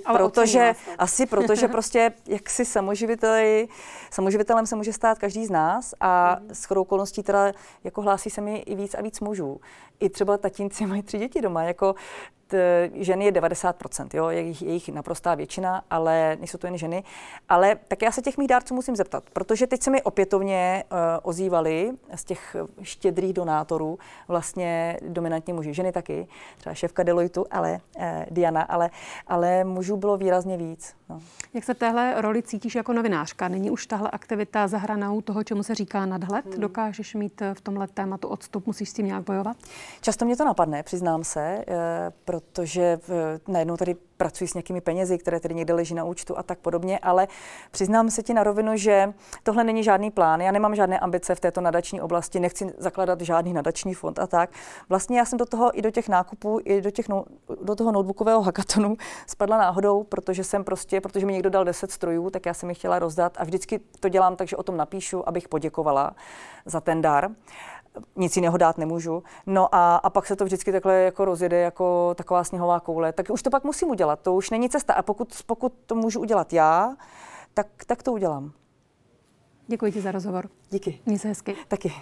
protože prostě jaksi samoživitelem se může stát každý z nás a shodou okolností teda jako hlásí se mi i víc a víc mužů. I třeba tatínci mají 3 děti doma, jako ženy je 90%, jo, je jich naprostá většina, ale nejsou to jen ženy. Ale tak já se těch mých dárců musím zeptat, protože teď se mi opětovně ozývali z těch štědrých donátorů vlastně dominantně muži, ženy taky, třeba šéfka Deloitu, Diana, ale mužů bylo výrazně víc. No. Jak se v téhle roli cítíš jako novinářka? Není už tahle aktivita za hranou toho, čemu se říká nadhled? Dokážeš mít v tomhle tématu odstup? Musíš s tím nějak bojovat? Často mě to napadne, přiznám se, protože najednou tady pracuji s nějakými penězi, které tady někde leží na účtu a tak podobně, ale přiznám se ti na rovinu, že tohle není žádný plán. Já nemám žádné ambice v této nadační oblasti, nechci zakládat žádný nadační fond a tak. Vlastně já jsem do toho i do těch nákupů, i do toho notebookového hackathonu spadla náhodou, protože mi někdo dal 10 strojů, tak já jsem je chtěla rozdat a vždycky to dělám tak, že o tom napíšu, abych poděkovala za ten dar. Nic jiného dát nemůžu. No a pak se to vždycky takhle jako rozjede jako taková sněhová koule. Tak už to pak musím udělat, to už není cesta. A pokud to můžu udělat já, tak to udělám. Děkuji ti za rozhovor. Díky. Měj se hezky. Taky.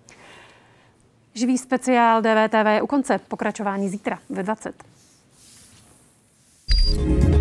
Živý speciál DVTV je u konce. Pokračování zítra ve 20.